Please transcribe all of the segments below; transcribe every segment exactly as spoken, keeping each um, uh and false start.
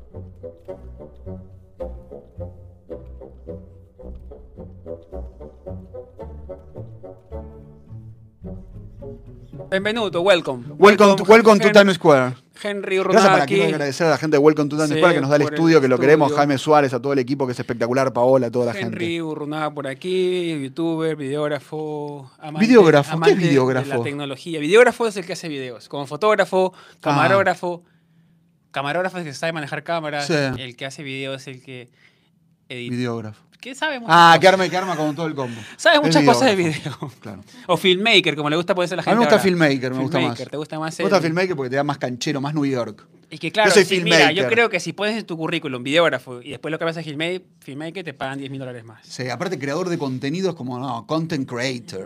Benvenuto, welcome. Welcome, to, welcome to Times Square. Henry Gracias para aquí. quiero agradecer a la gente de Welcome to Times Sí, Square que nos da el por el estudio, que lo estudio. queremos, Jaime Suárez, a todo el equipo que es espectacular, Paola, a toda la Henry gente. Urrunaga por aquí, youtuber, videógrafo, amante, ¿Videógrafo? ¿Qué amante es videógrafo? de la tecnología. Videógrafo es el que hace videos, como fotógrafo, camarógrafo. Ah. Camarógrafo es el que sabe manejar cámaras, Sí. el que hace videos es el que edita. Videógrafo. ¿Qué sabe muchas Ah, cosas? que arma, que arma con todo el combo. Sabe muchas Es cosas de videógrafo. video. Claro. O filmmaker, como le gusta ponerse a la gente. A mí me gusta ahora. filmmaker, me gusta Filmmaker, más. ¿te gusta más Me gusta el- filmmaker porque te da más canchero, más New York. Es que claro, Yo soy sí, filmmaker. mira, yo creo que si pones en tu currículum videógrafo y después lo que vas a filmmaker, filmmaker te pagan diez mil dólares más. Sí, aparte creador de contenidos como, no, content creator.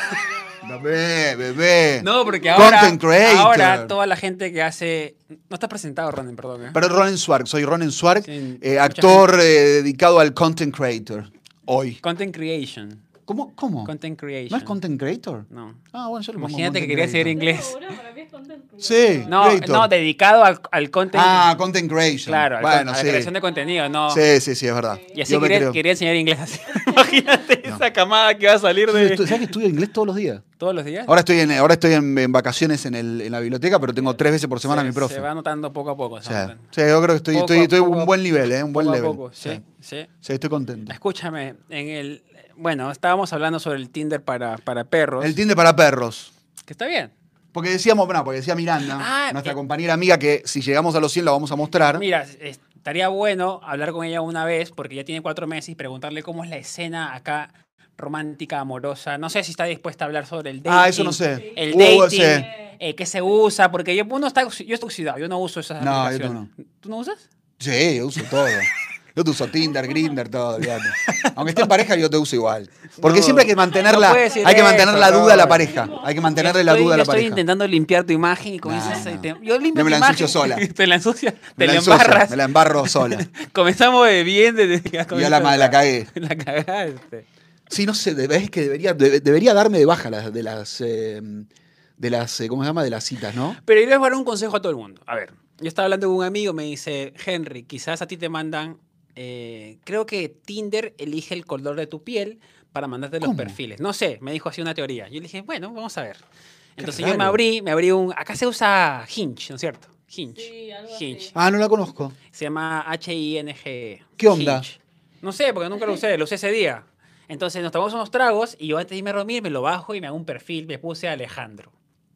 Bebé, bebé. No, porque ahora, Content creator. ahora toda la gente que hace... No estás presentado, Ronen, perdón. ¿eh? Pero Ronen Swark, soy Ronen Swark, Sí, eh, mucha actor eh, dedicado al content creator. Hoy. Content creation. ¿Cómo? ¿Cómo? Content creation. ¿No es content creator? No. Ah, bueno, yo lo pongo Imagínate que content quería seguir creator. inglés. Para mí es content creator. Sí, No, creator. no, dedicado al, al content... Ah, content creation. claro, al bueno, con- a la sí. creación de contenido, no. Sí, sí, sí, es verdad. Y así Yo me quería, creo. quería enseñar inglés así. Imagínate No. esa camada que va a salir Yo de... estu- ¿Sabes que estudio inglés todos los días? ¿Todos los días? Ahora estoy en, ahora estoy en, en vacaciones en, el, en la biblioteca, pero tengo tres veces por semana se, a mi profe. Se va notando poco a poco. O se sea, va notando. sí, yo creo que estoy, Poco estoy, a estoy poco, un buen nivel, ¿eh? Un buen Poco a level. poco, sí, sí. Sí, estoy contento. Escúchame, en el... Bueno, estábamos hablando sobre el Tinder para, para perros. El Tinder para perros. Que está bien. Porque decíamos, bueno, porque decía Miranda, Ah, nuestra eh. compañera amiga, que si llegamos a los cien la vamos a mostrar. Mira, estaría bueno hablar con ella una vez, porque ya tiene cuatro meses, y preguntarle cómo es la escena acá romántica, amorosa. No sé si está dispuesta a hablar sobre el dating. Ah, eso no sé. El Uh, dating, sí. eh, qué se usa, porque yo, uno está, yo estoy oxidado, yo no uso esas No, yo aplicaciones. ¿Tú no usas? Sí, yo uso todo. Yo te uso Tinder, Grindr, todo, olvídate. Aunque esté en pareja, yo te uso igual. Porque No, siempre hay que mantener no la, puedes decir hay que mantener eso, la duda a la Robert. pareja. Hay que mantenerle la Estoy- duda a yo la estoy pareja. intentando limpiar tu imagen y con No, eso... no. te- yo limpio Yo me tu la imagen. ensucio sola. Te la ensucias, te Me la la ensucio, embarras. me la embarro sola. Comenzamos de bien desde que Y a la madre la cagué. La cagaste. Sí, no sé, debe- es que debería, debe- debería darme de baja las, de las, eh, de las, eh, ¿cómo se llama? De las citas, ¿no? Pero yo les voy a dar un consejo a todo el mundo. A ver, yo estaba hablando con un amigo, me dice, Henry, quizás a ti te mandan, eh, creo que Tinder elige el color de tu piel para mandarte los ¿Cómo? perfiles. No sé, me dijo así una teoría. Yo le dije, bueno, vamos a ver. Entonces raro. yo me abrí, me abrí un... Acá se usa Hinge, ¿no es cierto? Hinge. Sí, algo así. Hinge. Ah, no la conozco. Se llama H I N G. ¿Qué onda? Hinge. No sé, porque nunca lo usé, lo usé ese día. Entonces nos tomamos unos tragos y yo antes de irme a dormir me lo bajo y me hago un perfil, me puse a Alejandro.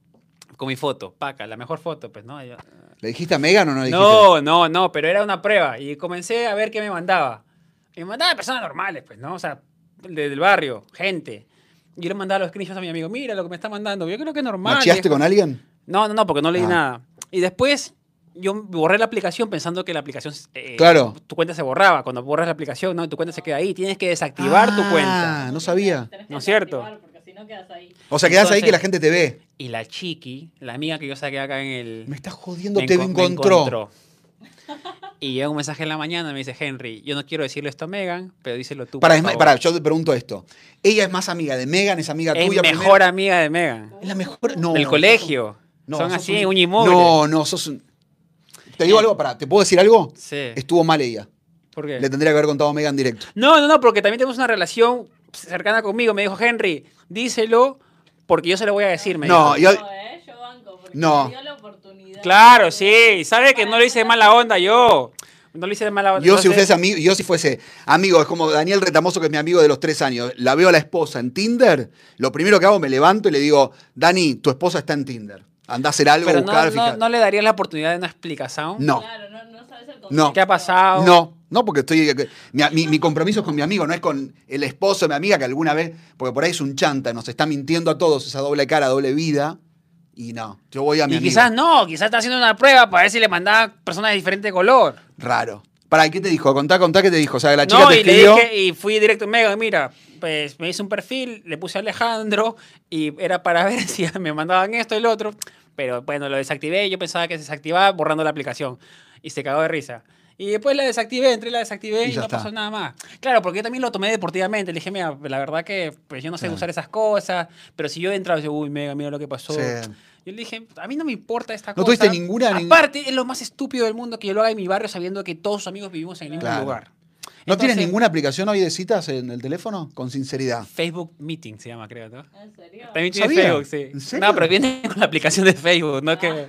Con mi foto, paca, la mejor foto, pues, ¿no? Yo- ¿Le dijiste a Megan o no le dijiste? no, no, no, pero era una prueba y comencé a ver qué me mandaba. Y me mandaba personas normales, pues, ¿no? O sea, de- del barrio, gente. Y yo le mandaba los screenshots a mi amigo, mira lo que me está mandando, yo creo que es normal. ¿Macheaste viejo. con alguien? No, no, no, porque no leí Ah. nada. Y después yo borré la aplicación pensando que la aplicación, eh, Claro. tu cuenta se borraba. Cuando borras la aplicación, no, tu cuenta se queda ahí. Tienes que desactivar tu cuenta. Ah, no sabía. Tenés que ¿No es cierto? desactivar, porque si no quedas ahí. O sea, quedás ahí Entonces- que la gente te ve. Y la chiqui, la amiga que yo saqué acá en el... Me estás jodiendo, me te enco- me encontró. Y llega un mensaje en la mañana y me dice, Henry, yo no quiero decirle esto a Megan, pero díselo tú. Para, por favor". para, yo te pregunto esto. Ella es más amiga de Megan, es amiga Es tuya. mejor primero? amiga de Megan. Es la mejor. No. Del colegio. No, Son sos así, un- uña y mugre. No, no, sos un... Te digo algo, pará, ¿te puedo decir algo? Sí. Estuvo mal ella. ¿Por qué? Le tendría que haber contado a Megan directo. No, no, no, porque también tenemos una relación cercana conmigo. Me dijo, Henry, díselo porque yo se lo voy a decir. Me No, dijo. yo- No, eh, yo banco, porque No. me dio la oportunidad. Claro, sí. Sabe que no le hice de mala onda yo. No le hice de mala onda. Yo si, Entonces, fuese amigo, yo si fuese amigo, es como Daniel Retamoso, que es mi amigo de los tres años, la veo a la esposa en Tinder, lo primero que hago, me levanto y le digo, Dani, tu esposa está en Tinder. Andá a hacer algo, pero no, buscar, no, fijar. no le darías la oportunidad de una explicación. No, Claro, no, no sabes el No. concepto. ¿Qué ha pasado? no, no, porque estoy. Mi, mi- mi compromiso es con mi amigo, no es con el esposo de mi amiga que alguna vez, porque por ahí es un chanta, nos está mintiendo a todos, esa doble cara, doble vida. Y no, yo voy a mi Y amigo. quizás no, quizás está haciendo una prueba para ver si le mandaba personas de diferente color. Raro. Pará, ¿qué te dijo? Contá, contá qué te dijo. O sea, la chica No, te y le escribió. dije, y fui directo, Mega, mira, pues me hice un perfil, le puse a Alejandro, y era para ver si me mandaban esto y lo otro, pero bueno, lo desactivé, yo pensaba que se desactivaba borrando la aplicación, y se cagó de risa. Y después la desactivé, entré y la desactivé Y y, ya no está. pasó nada más. Claro, porque yo también lo tomé deportivamente. Le dije, mira, la verdad que pues yo no sé Claro. usar esas cosas, pero si yo entraba y decía, uy, mega, mira lo que pasó. Sí. Yo le dije, a mí no me importa esta ¿No cosa. tuviste ninguna- ning- Aparte, es lo más estúpido del mundo que yo lo haga en mi barrio sabiendo que todos sus amigos vivimos en el mismo Claro. lugar. ¿No tienes Entonces, ninguna aplicación hoy de citas en el teléfono? Con sinceridad. Facebook Meeting se llama, creo, ¿no? ¿En serio? También tiene ¿Sabía? Facebook, sí. ¿En serio? No, pero viene con la aplicación de Facebook, no que...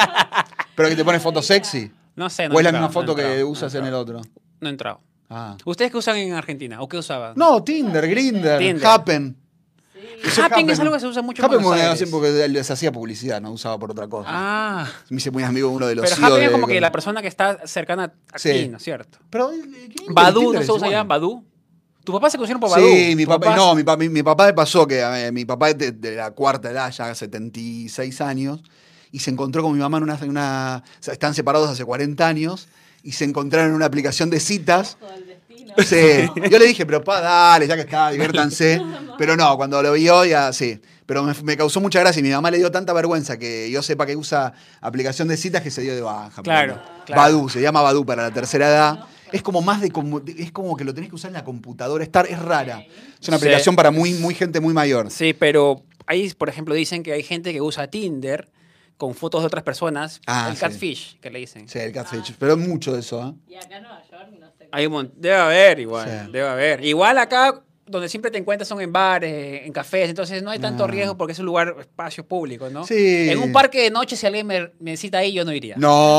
Pero que te pones foto sexy. No sé, no ¿O he es la entrado, misma foto no he que entrado, usas no he en el entrado. otro? No he entrado. Ah. ¿Ustedes qué usan en Argentina? ¿O qué usaban? No, Tinder, Grindr, Tinder. Happen. Sí. Eso Happn Happen. es algo que se usa mucho en Happen Buenos me Aires. hacen porque les hacía publicidad, no usaba por otra cosa. Ah, Me hice muy amigo de uno de los pero C E O Happn es de- como que la persona que está cercana a ti, Sí. ¿no es cierto? Pero, eh, Grindr y Badoo, Tinder ¿no es se usa igual. ya? Badoo. ¿Tu papá se conocieron por Badoo? Sí, mi ¿Tu papá, papá- no, mi, papá, mi, mi papá me pasó que eh, mi papá es de, de la cuarta edad, ya setenta y seis años, y se encontró con mi mamá en una, en una- o sea, están separados hace cuarenta años, y se encontraron en una aplicación de citas. Todo el destino. Sí, yo le dije, pero pa, dale, ya que está, diviértanse. Pero no, cuando lo vio ya sí. Pero me, me causó mucha gracia y mi mamá le dio tanta vergüenza que yo sepa que usa aplicación de citas que se dio de baja. Claro, Pero- claro. Badoo, se llama Badoo para la tercera edad. Es como más de como, es como que lo tenés que usar en la computadora, estar, es rara. Es una Sí. aplicación para muy, muy gente muy mayor. Sí, pero ahí, por ejemplo, dicen que hay gente que usa Tinder con fotos de otras personas. Ah, el sí. catfish, que le dicen. Sí, el catfish. Pero es mucho de eso, ¿eh? Y acá en Nueva York no sé. Hay un mon- debe haber igual, Sí. debe haber. Igual acá donde siempre te encuentras son en bares, en cafés, entonces no hay tanto Ah. riesgo porque es un lugar, espacio público, ¿no? Sí. En un parque de noche, si alguien me, me cita ahí, yo no iría.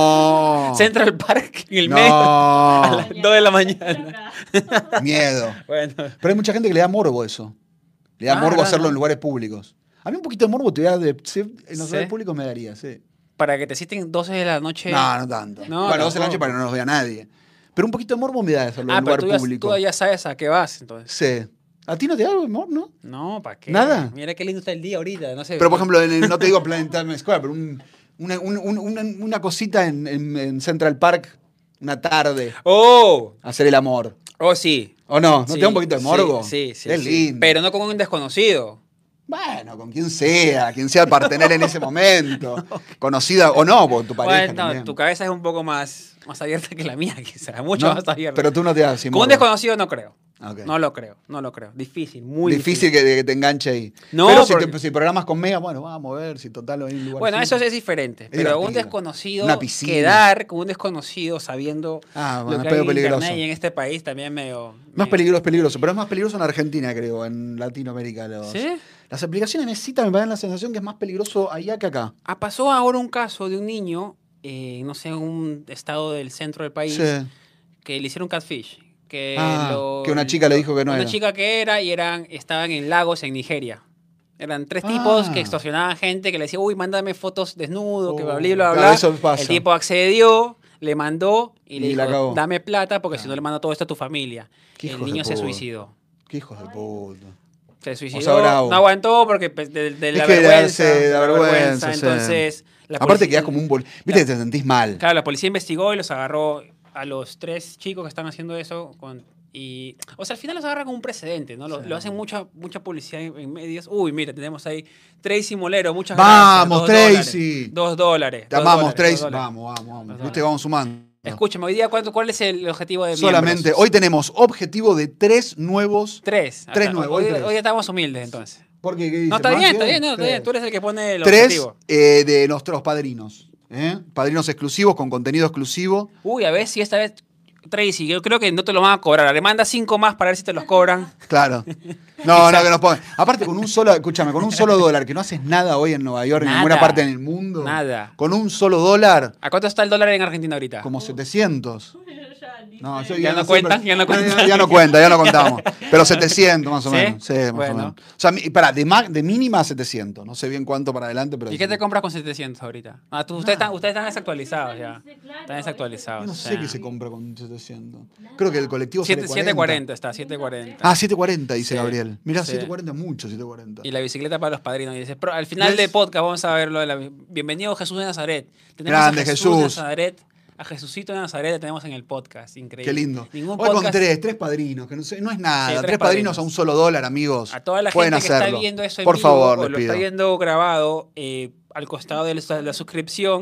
No. Central Park en el No. medio, a las dos de la mañana. Miedo. Bueno, Pero hay mucha gente que le da morbo eso. Le da Ah, morbo no, hacerlo no. en lugares públicos. A mí un poquito de morbo te da de, sí, en los ¿Sí? lugares públicos me daría, sí. para que te citen doce de la noche. No, no tanto. No, bueno, doce de la noche tampoco. para que no nos vea nadie. Pero un poquito de morbo me da hacerlo en Ah, un pero lugar tú ya, público. tú ya sabes a qué vas, entonces. Sí. ¿A ti no te da algo de morbo, no? No, ¿para qué? ¿Nada? Mira qué lindo está el día ahorita, no sé. Pero por ejemplo, en el- no te digo Planet Time Square, pero un- una, un- un- una, una cosita en, en- en Central Park, una tarde, ¡Oh! hacer el amor. Oh, sí. ¿O no? ¿No Sí, te da un poquito de morbo? Sí, sí, sí. Es sí. lindo. Pero no con un desconocido. Bueno, con quien sea, quien sea para tener en ese momento. Conocida o no, por tu pareja Bueno, no, también. tu cabeza es un poco más, más abierta que la mía, quizá. Mucho ¿No? más abierta. Pero tú no te das sin Con un morbo. desconocido no creo. Ok. No lo creo, no lo creo. Difícil, muy difícil, difícil. que, que te enganche ahí. No, pero si, porque- te, si programas con Mega, bueno, vamos a ver si total hay un lugar. Bueno, eso es diferente. Pero divertido. un desconocido, Una piscina. quedar con un desconocido sabiendo Ah, bueno, lo que pero hay en peligroso. internet y en este país también medio... Más medio- peligroso es peligroso, pero es más peligroso en Argentina, creo, en Latinoamérica. Los, ¿Sí? Las aplicaciones de cita me dan la sensación que es más peligroso allá que acá. Ah, pasó ahora un caso de un niño, eh, no sé, en un estado del centro del país, Sí. que le hicieron catfish. Que, Ah, lo- que una chica le dijo que no una era. chica que era y eran, estaban en lagos en Nigeria. Eran tres Ah. tipos que extorsionaban gente, que le decía, uy, mándame fotos desnudo, que Oh, bla, bla, bla, claro, bla. eso pasa. El tipo accedió, le mandó y le Y la dijo, cagó. dame plata porque Ah. si no le mando todo esto a tu familia. Qué El hijos de niño se puta. suicidó. Qué hijos de puta. Se suicidó, sea, bravo. no aguantó porque pues, de, de la Es que vergüenza. darse de la vergüenza, sí. Entonces, la Aparte policía- quedás como un bol... Viste que te sentís mal. Claro, la policía investigó y los agarró a los tres chicos que están haciendo eso. Con, y, o sea, al final los agarra como un precedente, ¿no? Lo, Sí. lo hacen mucha, mucha publicidad en, en medios. Uy, mira, tenemos ahí Tracy Molero, muchas Vamos, gracias. dos Tracy. dólares, Dos dólares. Te dos amamos, dólares, Tracy. dos dólares. Vamos, vamos, vamos. Dos Viste, dólares. vamos sumando. Escúchame, hoy día, ¿cuánto, ¿cuál es el objetivo de Solamente, miembros? hoy tenemos objetivo de tres nuevos. Tres. Tres Acá, nuevos, Hoy, hoy tres. hoy estamos humildes, entonces. Porque, ¿qué No, dice? está ¿Más? bien, está bien, no, está Tres. bien. Tú eres el que pone el Tres objetivo. eh, de nuestros padrinos. ¿eh? Padrinos exclusivos con contenido exclusivo. Uy, a ver si esta vez... Tracy, yo creo que no te lo van a cobrar. Le manda cinco más para ver si te los cobran. Claro. No, no, que nos pongan. Aparte, con un solo, escúchame, con un solo dólar, que no haces nada hoy en Nueva York, en Nada. ninguna parte del mundo. Nada. Con un solo dólar, ¿A cuánto está el dólar en Argentina ahorita? como setecientos. Ya, dice- No, yo Ya no sé, cuentan, pero- ya no cuentan. Ya, ya no cuenta, ya no contamos. Pero setecientos más o ¿Sí? menos. Sí, más Bueno. o menos. O sea, mi- para, de, ma- de mínima setecientos. No sé bien cuánto para adelante, pero. ¿Y qué te compras con setecientos ahorita? Ah, tú, ustedes, están, ustedes están desactualizados ya. Dice, claro, Están desactualizados. Yo no o sé sea. qué se compra con setecientos. Creo que el colectivo Siete- sale siete cuarenta. cuarenta está, siete cuarenta. Ah, setecientos cuarenta, dice Sí. Gabriel. Mirá, Sí. setecientos cuarenta es mucho, setecientos cuarenta. Y la bicicleta para los padrinos. Y dices, pero al final ¿Ves? del podcast vamos a ver lo de la... Bienvenido Jesús de Nazaret. Tenemos Grande, a Jesús, Jesús. de Nazaret. A Jesucito de Nazaret le tenemos en el podcast. Increíble. Qué lindo. Ningún Hoy con podcast... tres, tres padrinos, que no, sé, no es nada. Sí, tres, tres padrinos padrinos. a un solo dólar, amigos. A toda la Pueden gente que hacerlo. está viendo eso en Por vivo favor, o les lo pido. está viendo grabado, eh, al costado de la, de la suscripción,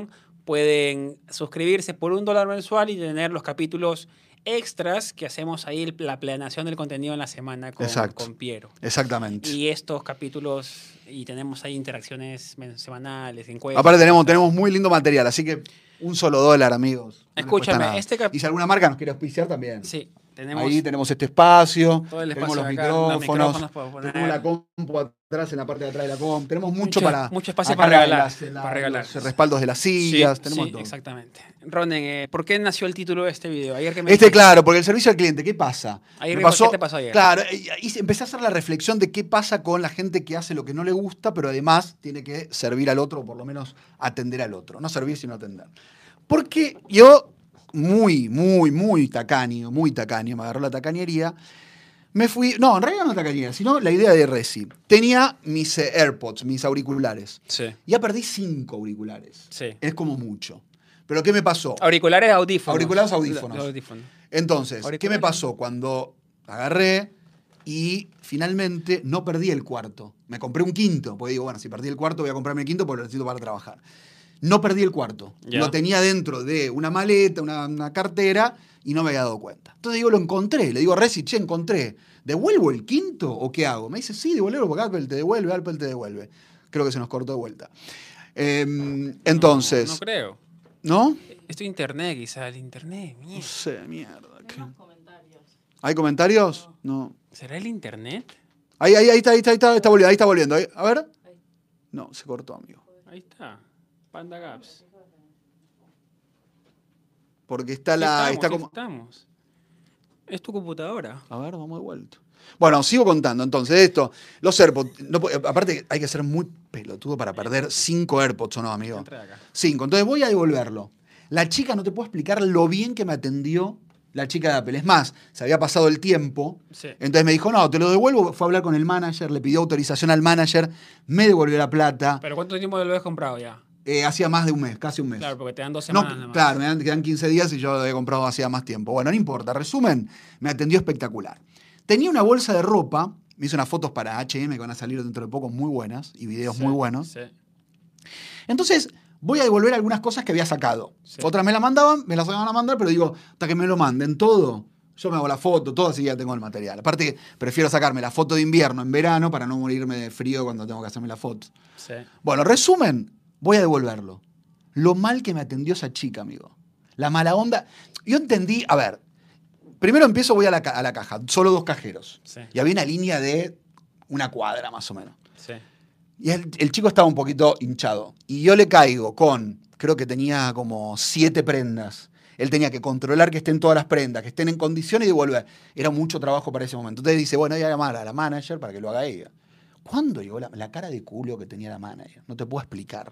pueden suscribirse por un dólar mensual y tener los capítulos extras que hacemos ahí, la planeación del contenido en la semana con, Exacto. con Piero. Exactamente. Y estos capítulos, y tenemos ahí interacciones men- semanales, encuestas. Aparte tenemos, tenemos muy lindo material, así que un solo dólar, amigos. No les Escúchame, cuesta nada. este cap- Y si alguna marca nos quiere auspiciar también. Sí, tenemos... Ahí tenemos este espacio, Todo el tenemos espacio los acá, los micrófonos, micrófonos para poner. tenemos la compu atrás, en la parte de atrás de la compu. Tenemos mucho, Mucho- para... mucho espacio acá para la- regalar, las- la- para regalar. Los respaldos de las sillas, Sí, tenemos sí, todo. exactamente. Ronen, eh, ¿por qué nació el título de este video? Ayer que me Este, dijiste- claro, porque el servicio al cliente, ¿qué pasa? Ayer Me mismo, ¿qué te pasó ayer? Claro, y y empecé a hacer la reflexión de qué pasa con la gente que hace lo que no le gusta, pero además tiene que servir al otro, o por lo menos atender al otro. No servir, sino atender. Porque yo, muy, muy, muy tacaño, muy tacaño, me agarró la tacañería, me fui, no, en realidad no tacañería, sino la idea de Reci. Tenía mis eh, AirPods, mis auriculares. Sí, Ya perdí cinco auriculares. sí. Es como mucho. Pero ¿qué me pasó? Auriculares, audífonos. Auriculares, audífonos. Los audífonos. Entonces, ¿qué Auriculares. me pasó? Cuando agarré y finalmente no perdí el cuarto. Me compré un quinto, porque digo, bueno, si perdí el cuarto voy a comprarme el quinto porque lo necesito para trabajar. No perdí el cuarto. Ya. Lo tenía dentro de una maleta, una, una cartera, y no me había dado cuenta. Entonces digo, lo encontré. Le digo a Reci, che, encontré. ¿Devuelvo el quinto o qué hago? Me dice, sí, devuélvelo porque Apple te devuelve, Apple te devuelve. Creo que se nos cortó de vuelta. Eh, entonces, No, no creo. ¿no? Esto es internet, quizá. El internet, No mierda. sé, mierda. ¿qué? Tenemos comentarios. ¿Hay comentarios? No. ¿Será el internet? Ahí, ahí, ahí está, ahí está, ahí está, está volviendo, ahí está volviendo. Ahí- a ver. Ahí. No, se cortó, amigo. Ahí está. Panda Gaps. Porque está Aquí la. estamos, Está aquí como. estamos. Es tu computadora. A ver, vamos de vuelta. Bueno, sigo contando. Entonces, esto, los AirPods. No, pu- aparte, hay que ser muy pelotudo para perder cinco AirPods, ¿o no, amigo? Entra de acá. Cinco. Entonces voy a devolverlo. La chica, no te puedo explicar lo bien que me atendió la chica de Apple. Es más, se había pasado el tiempo. Sí. Entonces me dijo, no, te lo devuelvo. Fue a hablar con el manager, le pidió autorización al manager, me devolvió la plata. ¿Pero cuánto tiempo lo habías comprado ya? Eh, hacía más de un mes, casi un mes. Claro, porque te dan dos No, semanas. nada más. claro, me dan- quedan quince días y yo lo había comprado hacía más tiempo. Bueno, no importa. Resumen, me atendió espectacular. Tenía una bolsa de ropa, me hizo unas fotos para H y M que van a salir dentro de poco muy buenas y videos Sí, muy buenos. Sí. Entonces, voy a devolver algunas cosas que había sacado. Sí. Otras me las mandaban, me las iban a mandar, pero digo, hasta que me lo manden todo. Yo me hago la foto, todo, así ya tengo el material. Aparte, prefiero sacarme la foto de invierno en verano para no morirme de frío cuando tengo que hacerme la foto. Sí. Bueno, resumen, voy a devolverlo. Lo mal que me atendió esa chica, amigo. La mala onda. Yo entendí, a ver, primero empiezo, voy a la, ca- a la caja, solo dos cajeros. Sí. Y había una línea de una cuadra más o menos. Sí. Y el, el chico estaba un poquito hinchado. Y yo le caigo con, creo que tenía como siete prendas. Él tenía que controlar que estén todas las prendas, que estén en condiciones y devolver. Era mucho trabajo para ese momento. Entonces dice, bueno, voy a llamar a la manager para que lo haga ella. ¿Cuándo llegó la, la cara de culo que tenía la manager? No te puedo explicar.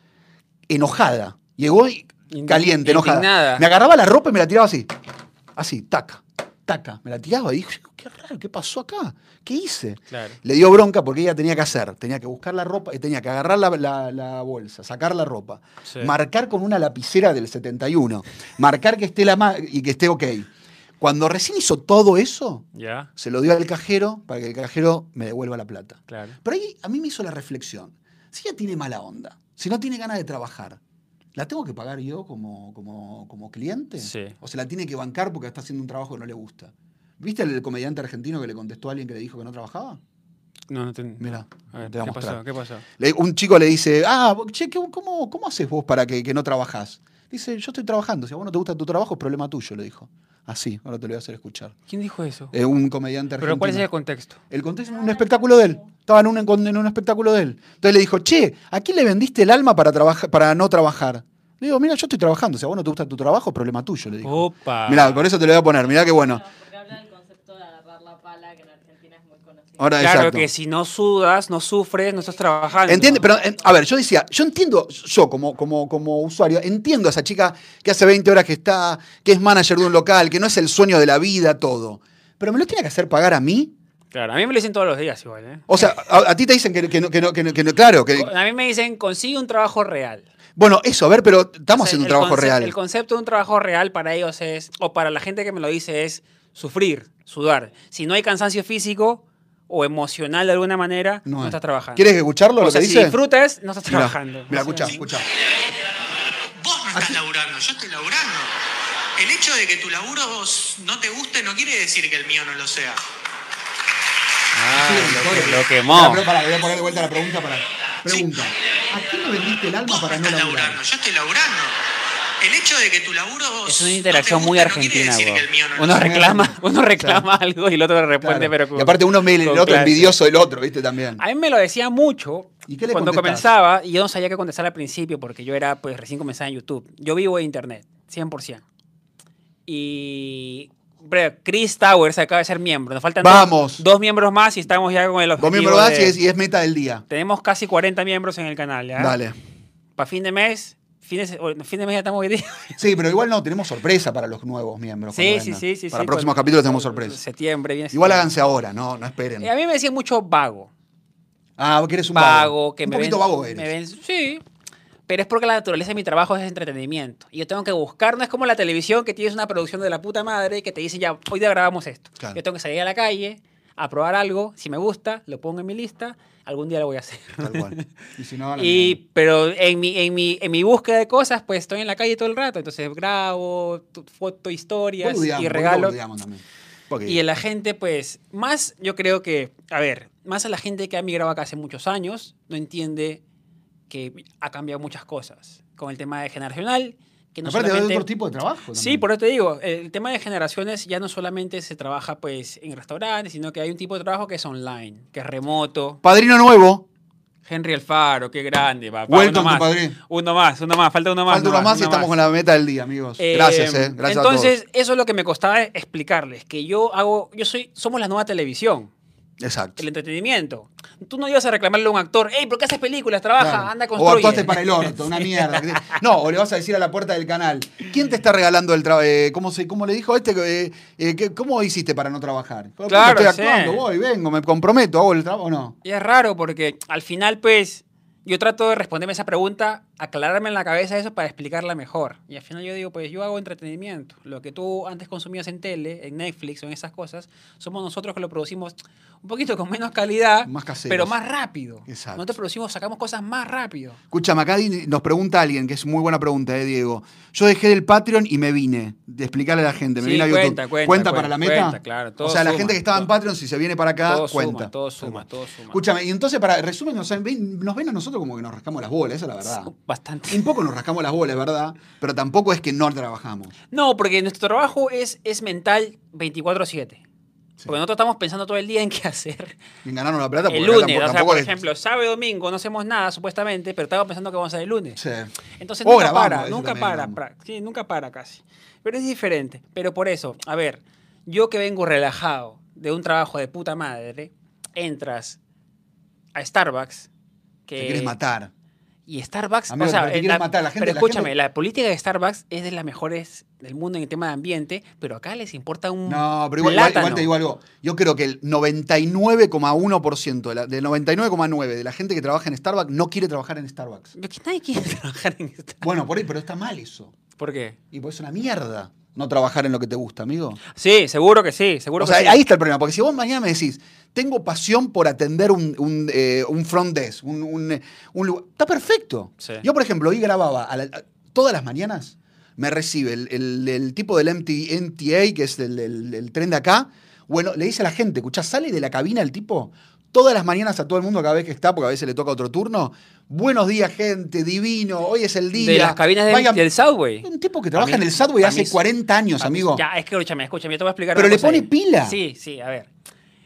Enojada. Llegó y Indi- caliente, enojada. indignada. Me agarraba la ropa y me la tiraba así. Así, taca, taca. Me la tiraba y dije, qué raro, ¿qué pasó acá? ¿Qué hice? Claro. Le dio bronca porque ella tenía que hacer, tenía que buscar la ropa, y tenía que agarrar la, la- la bolsa, sacar la ropa, Sí. marcar con una lapicera del setenta y uno, marcar que esté la ma- y que esté ok. Cuando recién hizo todo eso, Ya. se lo dio al cajero para que el cajero me devuelva la plata. Claro. Pero ahí a mí me hizo la reflexión. Si ella tiene mala onda, si no tiene ganas de trabajar, ¿la tengo que pagar yo como, como, como cliente? Sí. ¿O se la tiene que bancar porque está haciendo un trabajo que no le gusta? ¿Viste el comediante argentino que le contestó a alguien que le dijo que no trabajaba? No, no te... Mira, A ver, te voy a ¿qué mostrar. pasó? ¿Qué pasó? Le- un chico le dice, ah, che, ¿qué- ¿cómo, cómo haces vos para que, que no trabajás? Dice, yo estoy trabajando. Si a vos no te gusta tu trabajo, es problema tuyo, le dijo. Así, ahora te lo voy a hacer escuchar. ¿Quién dijo eso? Eh, un comediante argentino. ¿Pero cuál es el contexto? El contexto en un espectáculo de él. Estaba en un, en un espectáculo de él. Entonces le dijo, che, ¿a quién le vendiste el alma para, trabajar, para no trabajar? Le digo, mira, yo estoy trabajando. Si a vos no te gusta tu trabajo, es problema tuyo, le dijo. Opa. Mirá, por eso te lo voy a poner. Mirá qué bueno. No, porque habla del concepto de agarrar la pala, que en Argentina es muy conocido. Ahora, Claro exacto. que si no sudas, no sufres, no estás trabajando. ¿Entiende? Pero, eh, a ver, yo decía, yo entiendo, yo como, como, como usuario, entiendo a esa chica que hace veinte horas que está, que es manager de un local, que no es el sueño de la vida, todo. Pero me lo tiene que hacer pagar a mí. Claro, a mí me lo dicen todos los días igual, ¿eh? O sea, a, a ti te dicen que, que no, que no, que no, que no- claro, que... A mí me dicen, consigue un trabajo real. Bueno, eso, a ver, pero estamos O sea, haciendo un el trabajo conce- real. El concepto de un trabajo real para ellos es, o para la gente que me lo dice, es sufrir, sudar. Si no hay cansancio físico o emocional de alguna manera, no, es. estás trabajando. ¿Quieres escucharlo O lo sea, que si dice? disfrutas, no estás Mirá, trabajando. Mira, O sea, escucha, escucha. Vos no estás laburando? Yo estoy laburando. El hecho de que tu laburo no te guste no quiere decir que el mío no lo sea. Ah, Sí, lo, joder. que- lo quemó. Pará, pero pará, voy a poner de vuelta la pregunta para. Pregunta. ¿A quién le vendiste el alma Vos para no no estás laburar? laburando, yo estoy laburando. El hecho de que tu laburo Es una no te interacción guste muy no quiere argentina, decir bro. que el mío no lo Uno sea. reclama, uno reclama algo y el otro responde, Claro. pero con, Y aparte uno ve el con otro clase. envidioso del otro, ¿viste? También. A mí me lo decía mucho ¿Y qué le cuando contestás? comenzaba, y yo no sabía qué contestar al principio porque yo era, pues, recién comenzaba en YouTube. Yo vivo de internet, cien por ciento. Y... bre, Chris Towers acaba de ser miembro. Nos faltan Vamos. Dos, dos miembros más y estamos ya con el objetivo Vos miembro das de- y es, y es meta del día. Tenemos casi cuarenta miembros en el canal, ¿ya? Dale. Para fin de mes, fin de, se- o- fin de mes ya estamos hoy día. Sí, pero igual no, tenemos sorpresa para los nuevos miembros. Sí, cuando sí, vengan. sí, sí. Para sí, próximos cuando- capítulos tenemos sorpresa. Septiembre, viene Igual septiembre. háganse ahora, no, no esperen. Eh, A mí me decían mucho vago. Ah, vos querés un vago. Vago, que un me poquito ven, vago eres. me ven- sí, pero es porque la naturaleza de mi trabajo es entretenimiento. Y yo tengo que buscar, no es como la televisión que tienes una producción de la puta madre que te dice ya, hoy día grabamos esto. Claro. Yo tengo que salir a la calle, a probar algo, si me gusta, lo pongo en mi lista, algún día lo voy a hacer. Tal cual. Y si no, a la Y, mierda. pero en mi, en, mi, en mi búsqueda de cosas, pues estoy en la calle todo el rato. Entonces grabo, tu- foto, historias Boludeamos, y boludo, regalo. boludeamos también. Porque- Y la gente, pues, más yo creo que, a ver, más a la gente que ha migrado acá hace muchos años, no entiende que ha cambiado muchas cosas. Con el tema de generacional, que no Aparte solamente... de otro tipo de trabajo. Sí, también. por eso te digo, el tema de generaciones ya no solamente se trabaja pues en restaurantes, sino que hay un tipo de trabajo que es online, que es remoto. Padrino nuevo. Henry Alfaro, qué grande, papá. Welcome, uno más, compadre. uno más, uno más, falta uno más. Falta uno más y estamos con la meta del día, amigos. Eh, Gracias, eh. Gracias entonces, a eso es lo que me costaba explicarles, que yo hago, yo soy, somos la nueva televisión, todos. Exacto. el entretenimiento. Tú no ibas a reclamarle a un actor, hey, ¿por qué haces películas? Trabaja, Claro. anda, O construye. actuaste para el orto, una mierda. No, o le vas a decir a la puerta del canal, ¿quién te está regalando el trabajo? ¿Cómo, se- ¿Cómo le dijo este? Eh, eh, ¿qué- ¿Cómo hiciste para no trabajar? Pues, Claro, estoy sí. actuando, voy, vengo, me comprometo, hago el trabajo o no. Y es raro porque al final, pues, yo trato de responderme esa pregunta, aclararme en la cabeza eso para explicarla mejor. Y al final yo digo, pues yo hago entretenimiento. Lo que tú antes consumías en tele, en Netflix o en esas cosas, somos nosotros que lo producimos un poquito con menos calidad, Más caseros. pero más rápido. Exacto. Nosotros producimos, sacamos cosas más rápido. Escúchame, acá di- nos pregunta alguien, que es muy buena pregunta, eh, Diego. Yo dejé del Patreon y me vine. De explicarle a la gente, me Sí, vine a cuenta, YouTube. cuenta, ¿Cuenta cuenta, para la meta? cuenta, claro, todo o sea, la suma, gente que estaba en todo. Patreon, si se viene para acá, todo cuenta. suma, todo suma, todo suma. Escúchame, y entonces, para resumen, o sea, ven- nos ven a nosotros como que nos rascamos las bolas, esa es la verdad. Bastante. Un poco nos rascamos las bolas, ¿verdad? Pero tampoco es que no trabajamos. No, porque nuestro trabajo es, es mental veinticuatro siete. Sí. Porque nosotros estamos pensando todo el día en qué hacer. En ganarnos la plata, porque El acá lunes, tampoco, o sea, tampoco por es- ejemplo, sábado y domingo no hacemos nada supuestamente, pero estamos pensando que vamos a hacer el lunes. Sí. Entonces O nunca grabamos, para, eso nunca también para, grabamos. pra- sí, nunca para casi. Pero es diferente. Pero por eso, a ver, yo que vengo relajado de un trabajo de puta madre, entras a Starbucks, que... Te quieres matar. Y Starbucks, Amigo, o sea, pero te eh, quieren la- matar, la gente- pero la escúchame, gente- la política de Starbucks es de las mejores del mundo en el tema de ambiente, pero acá les importa un No, pero igual, igual, plátano. igual te digo algo. Yo creo que el noventa y nueve coma uno por ciento de la, del noventa y nueve coma nueve de la gente que trabaja en Starbucks no quiere trabajar en Starbucks. Pero que nadie quiere trabajar en Starbucks. Bueno, por ahí, pero está mal eso. ¿Por qué? Y pues es una mierda no trabajar en lo que te gusta, amigo. Sí, seguro que sí, seguro O sea, que sí. ahí está el problema. Porque si vos mañana me decís, tengo pasión por atender un, un, eh, un front desk, un, un, un lugar. Está perfecto. Sí. Yo, por ejemplo, hoy grababa a la- a- todas las mañanas, me recibe el, el- el tipo del M T N T A, que es el, el- el tren de acá. Bueno, le dice a la gente, escuchá, sale de la cabina el tipo todas las mañanas a todo el mundo cada vez que está, porque a veces le toca otro turno. Buenos días, gente, divino, hoy es el día. De las cabinas del, Vayan- del Subway. Un tipo que A trabaja mí- en el Subway a hace mí- cuarenta años, a mí- amigo. Ya, es que escúchame, escúchame, yo te voy a explicar Pero una le cosa pone ahí. pila. Sí, sí, a ver.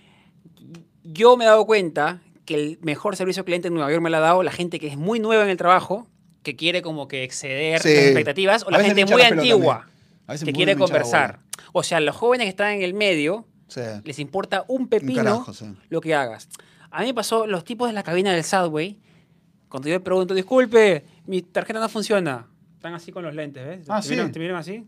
Yo me he dado cuenta que el mejor servicio al cliente en Nueva York me lo ha dado la gente que es muy nueva en el trabajo, que quiere como que exceder Sí. las expectativas, o A la veces gente me hincha muy la pelota antigua, a mí. A veces que muy quiere me hincha la conversar. bola. O sea, los jóvenes que están en el medio, Sí. les importa un pepino carajo, sí. lo que hagas. A mí me pasó los tipos de la cabina del Subway, cuando yo le pregunto, disculpe, mi tarjeta no funciona. Están así con los lentes, ¿ves? Ah, ¿Te sí. miran- ¿Te miran así?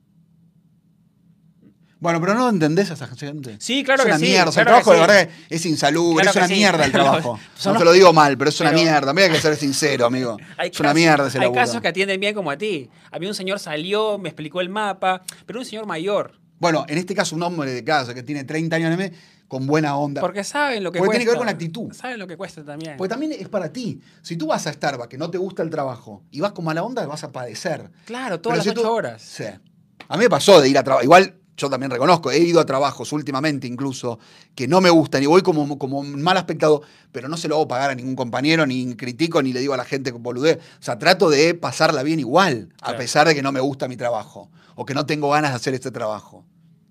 Bueno, pero no entendés a esa gente. Sí, claro es que una sí, mierda. O sea, claro el trabajo que de sí. verdad es insalubre, Claro es que una sí. mierda el trabajo. Son No los- te lo digo mal, pero es una pero- mierda. Mira que ser sincero, amigo. Hay es una casos- mierda ese Hay laburo. casos que atienden bien como a ti. A mí un señor salió, me explicó el mapa, pero un señor mayor. Bueno, en este caso un hombre de casa que tiene treinta años en M, con buena onda. Porque saben lo que Porque cuesta. tiene que ver con la actitud. Saben lo que cuesta también. Porque también es para ti. Si tú vas a Starbucks, que no te gusta el trabajo, y vas con mala onda, vas a padecer. Claro, todas Pero las si ocho tú- horas. Sí. A mí me pasó de ir a trabajar. Igual, yo también reconozco, he ido a trabajos últimamente incluso que no me gustan y voy como, como un mal aspectado, pero no se lo hago pagar a ningún compañero, ni critico, ni le digo a la gente que boludez. O sea, trato de pasarla bien igual, a Claro. pesar de que no me gusta mi trabajo o que no tengo ganas de hacer este trabajo.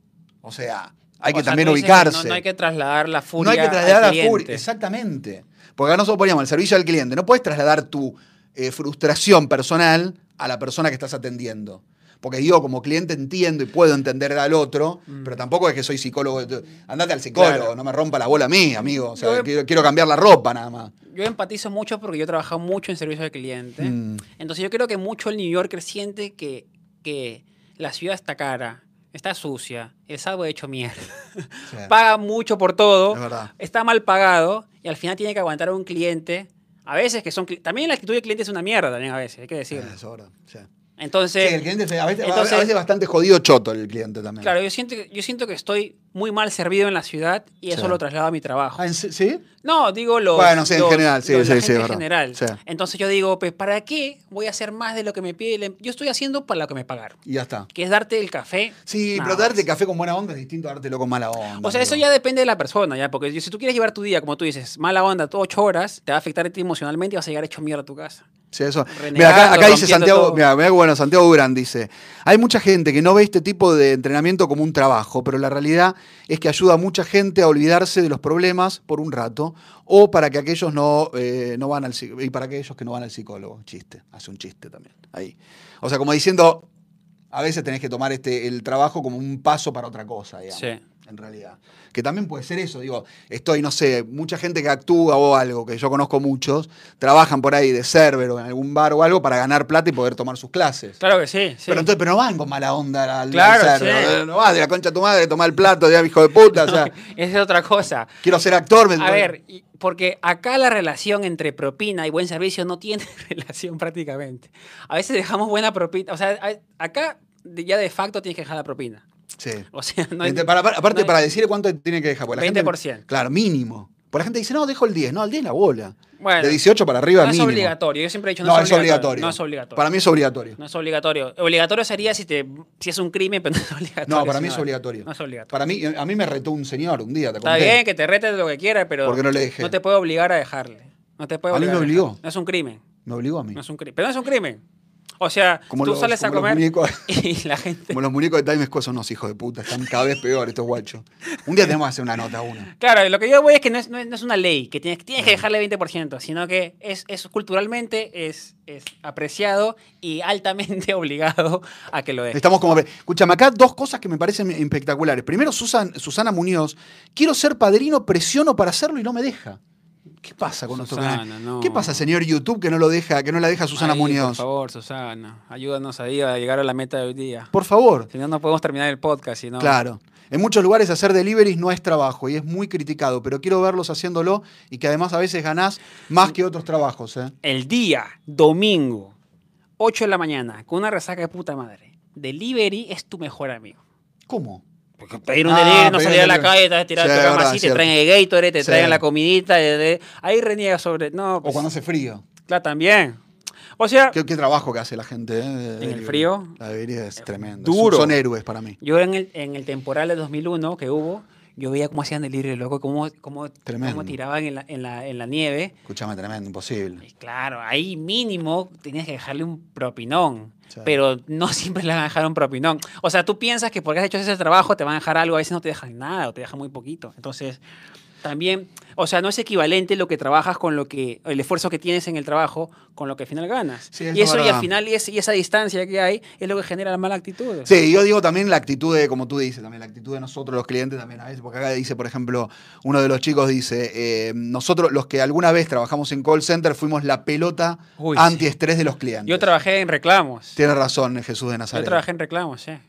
O sea, hay O que sea, también tú dices que ubicarse. No, no hay que trasladar la furia. No hay que trasladar al la furia. cliente. Exactamente. Porque acá nosotros poníamos el servicio al cliente. No puedes trasladar tu eh, frustración personal a la persona que estás atendiendo. Porque yo como cliente entiendo y puedo entender al otro, Mm. pero tampoco es que soy psicólogo. Andate al psicólogo, Claro. no me rompa la bola a mí, amigo. O sea, Yo he- quiero, quiero cambiar la ropa nada más. Yo empatizo mucho porque yo he trabajado mucho en servicio al cliente. Mm. Entonces yo creo que mucho el New Yorker siente que, que la ciudad está cara, está sucia, el sábado hecho mierda. Sí. Paga mucho por todo, Es verdad. está mal pagado y al final tiene que aguantar a un cliente. A veces que son... cli- También la actitud del cliente es una mierda también a veces, hay que decirlo. Eh, eso ahora, sí. Entonces, Sí, el cliente es- a veces, entonces- a veces bastante jodido choto el cliente también. claro, yo siento, que- yo siento que estoy muy mal servido en la ciudad y eso Sí. lo traslado a mi trabajo. Ah, ¿en se- ¿Sí? No, digo los... Bueno, sí, en los- general, sí, los- la sí, gente sí, en verdad. general. Sí. Entonces yo digo, pues, ¿para qué voy a hacer más de lo que me pide? el em- Yo estoy haciendo para lo que me pagaron, Y ya está. que es darte el café. Sí, nada pero darte más. café con buena onda es distinto a dártelo con mala onda. O sea, eso amigo. ya depende de la persona, ya, porque si tú quieres llevar tu día, como tú dices, mala onda, todo ocho horas, te va a afectar a ti emocionalmente y vas a llegar hecho mierda a tu casa. Sí, eso. Renegando, Mira, acá, acá dice rompiendo Santiago, todo. mira, mira qué bueno, Santiago Durán dice, hay mucha gente que no ve este tipo de entrenamiento como un trabajo, pero la realidad es que ayuda a mucha gente a olvidarse de los problemas por un rato o para que aquellos no, eh, no van al psicólogo, y para aquellos que no van al psicólogo. Chiste, hace un chiste también. Ahí. O sea, como diciendo, a veces tenés que tomar este, el trabajo como un paso para otra cosa, digamos. Sí. En realidad. Que también puede ser eso, digo, estoy, no sé, mucha gente que actúa o algo, que yo conozco muchos, trabajan por ahí de server o en algún bar o algo para ganar plata y poder tomar sus clases. Claro que sí, sí. Pero entonces, pero no van con mala onda al, Claro, al server, sí. no vas de la concha de tu madre, tomar el plato, ya hijo de puta, o sea, Esa es otra cosa. quiero ser actor. me- A ver, y- porque acá la relación entre propina y buen servicio no tiene relación prácticamente. A veces dejamos buena propina. O sea, a- acá de- ya de facto tienes que dejar la propina. Sí. O sea, no hay, Entonces, para- para- aparte, no hay- para decirle cuánto tiene que dejar. porque la gente- veinte por ciento. claro, mínimo. Por la gente dice, no, dejo el diez. No, el diez es la bola. Bueno, de dieciocho para arriba, no es mínimo. obligatorio. Yo siempre he dicho No, no, es obligatorio. No es obligatorio. Para mí es obligatorio. No es obligatorio. Obligatorio sería si, te, si es un crimen, pero no es obligatorio. No, para mí si es obligatorio. No es obligatorio. Para mí, a mí me retó un señor un día, te Está conté. bien que te retes lo que quieras, pero ¿Por qué no le dejé? no te puede obligar a dejarle. No te puede A mí obligar me a obligó. dejarle. No es un crimen. Me obligó a mí. No es un crimen. Pero no es un crimen. O sea, Como tú los- sales a como los comer muñecos. y la gente... Como los muñecos de Times Square son unos hijos de puta, están cada vez peor estos guachos. Un día tenemos que hacer una nota uno. Claro, lo que yo voy es que no es, no es, no es una ley, que tienes, tienes que dejarle veinte por ciento, sino que es, es culturalmente es, es apreciado y altamente obligado a que lo dejes. Estamos como... Escúchame, acá dos cosas que me parecen espectaculares. Primero, Susan, Susana Muñoz. Quiero ser padrino, presiono para hacerlo y no me deja. ¿Qué pasa con nuestro Susana, canal? no. ¿Qué pasa, señor YouTube, que no lo deja, que no la deja Susana Ahí, Muñoz? Por favor, Susana, ayúdanos ahí a llegar a la meta de hoy día. Por favor. Si no, no podemos terminar el podcast. Si no... Claro. En muchos lugares hacer deliveries no es trabajo y es muy criticado, pero quiero verlos haciéndolo y que además a veces ganás más que otros trabajos. ¿eh? El día, domingo, ocho de la mañana, con una resaca de puta madre. Delivery es tu mejor amigo. ¿Cómo? Porque pedir un Ah, delivery, no pedir salir un a la delivery. calle, te vas a tirar Sí, tu cama verdad, así, te cierto. traen el Gatorade, te Sí. traen la comidita, de- de- ahí reniega sobre... No, O pues, cuando hace frío. claro, también. O sea, ¿Qué, qué trabajo que hace la gente? ¿eh? de el delivery. frío, La delivery es tremendo. duro. Son, son héroes para mí. yo en el, en el temporal de dos mil uno que hubo, yo veía cómo hacían delivery, loco, cómo, cómo, Tremendo. cómo tiraban en la, en, la, en la nieve. Escúchame, tremendo, imposible. Y claro, ahí mínimo tenías que dejarle un propinón. Sí. Pero no siempre le van a dejar un propinón. O sea, tú piensas que porque has hecho ese trabajo te van a dejar algo, a veces no te dejan nada o te dejan muy poquito. Entonces, también, o sea, no es equivalente lo que trabajas con lo que, el esfuerzo que tienes en el trabajo con lo que al final ganas. Sí, eso y eso es y verdad. al final y, ese- y esa distancia que hay es lo que genera la mala actitud. Sí, yo digo también la actitud de, como tú dices, también la actitud de nosotros los clientes también a veces, porque acá dice, por ejemplo, uno de los chicos dice, eh, nosotros los que alguna vez trabajamos en call center fuimos la pelota Uy, sí. antiestrés de los clientes. Yo trabajé en reclamos. Tienes razón, Jesús de Yo Nazaret. trabajé en reclamos, sí.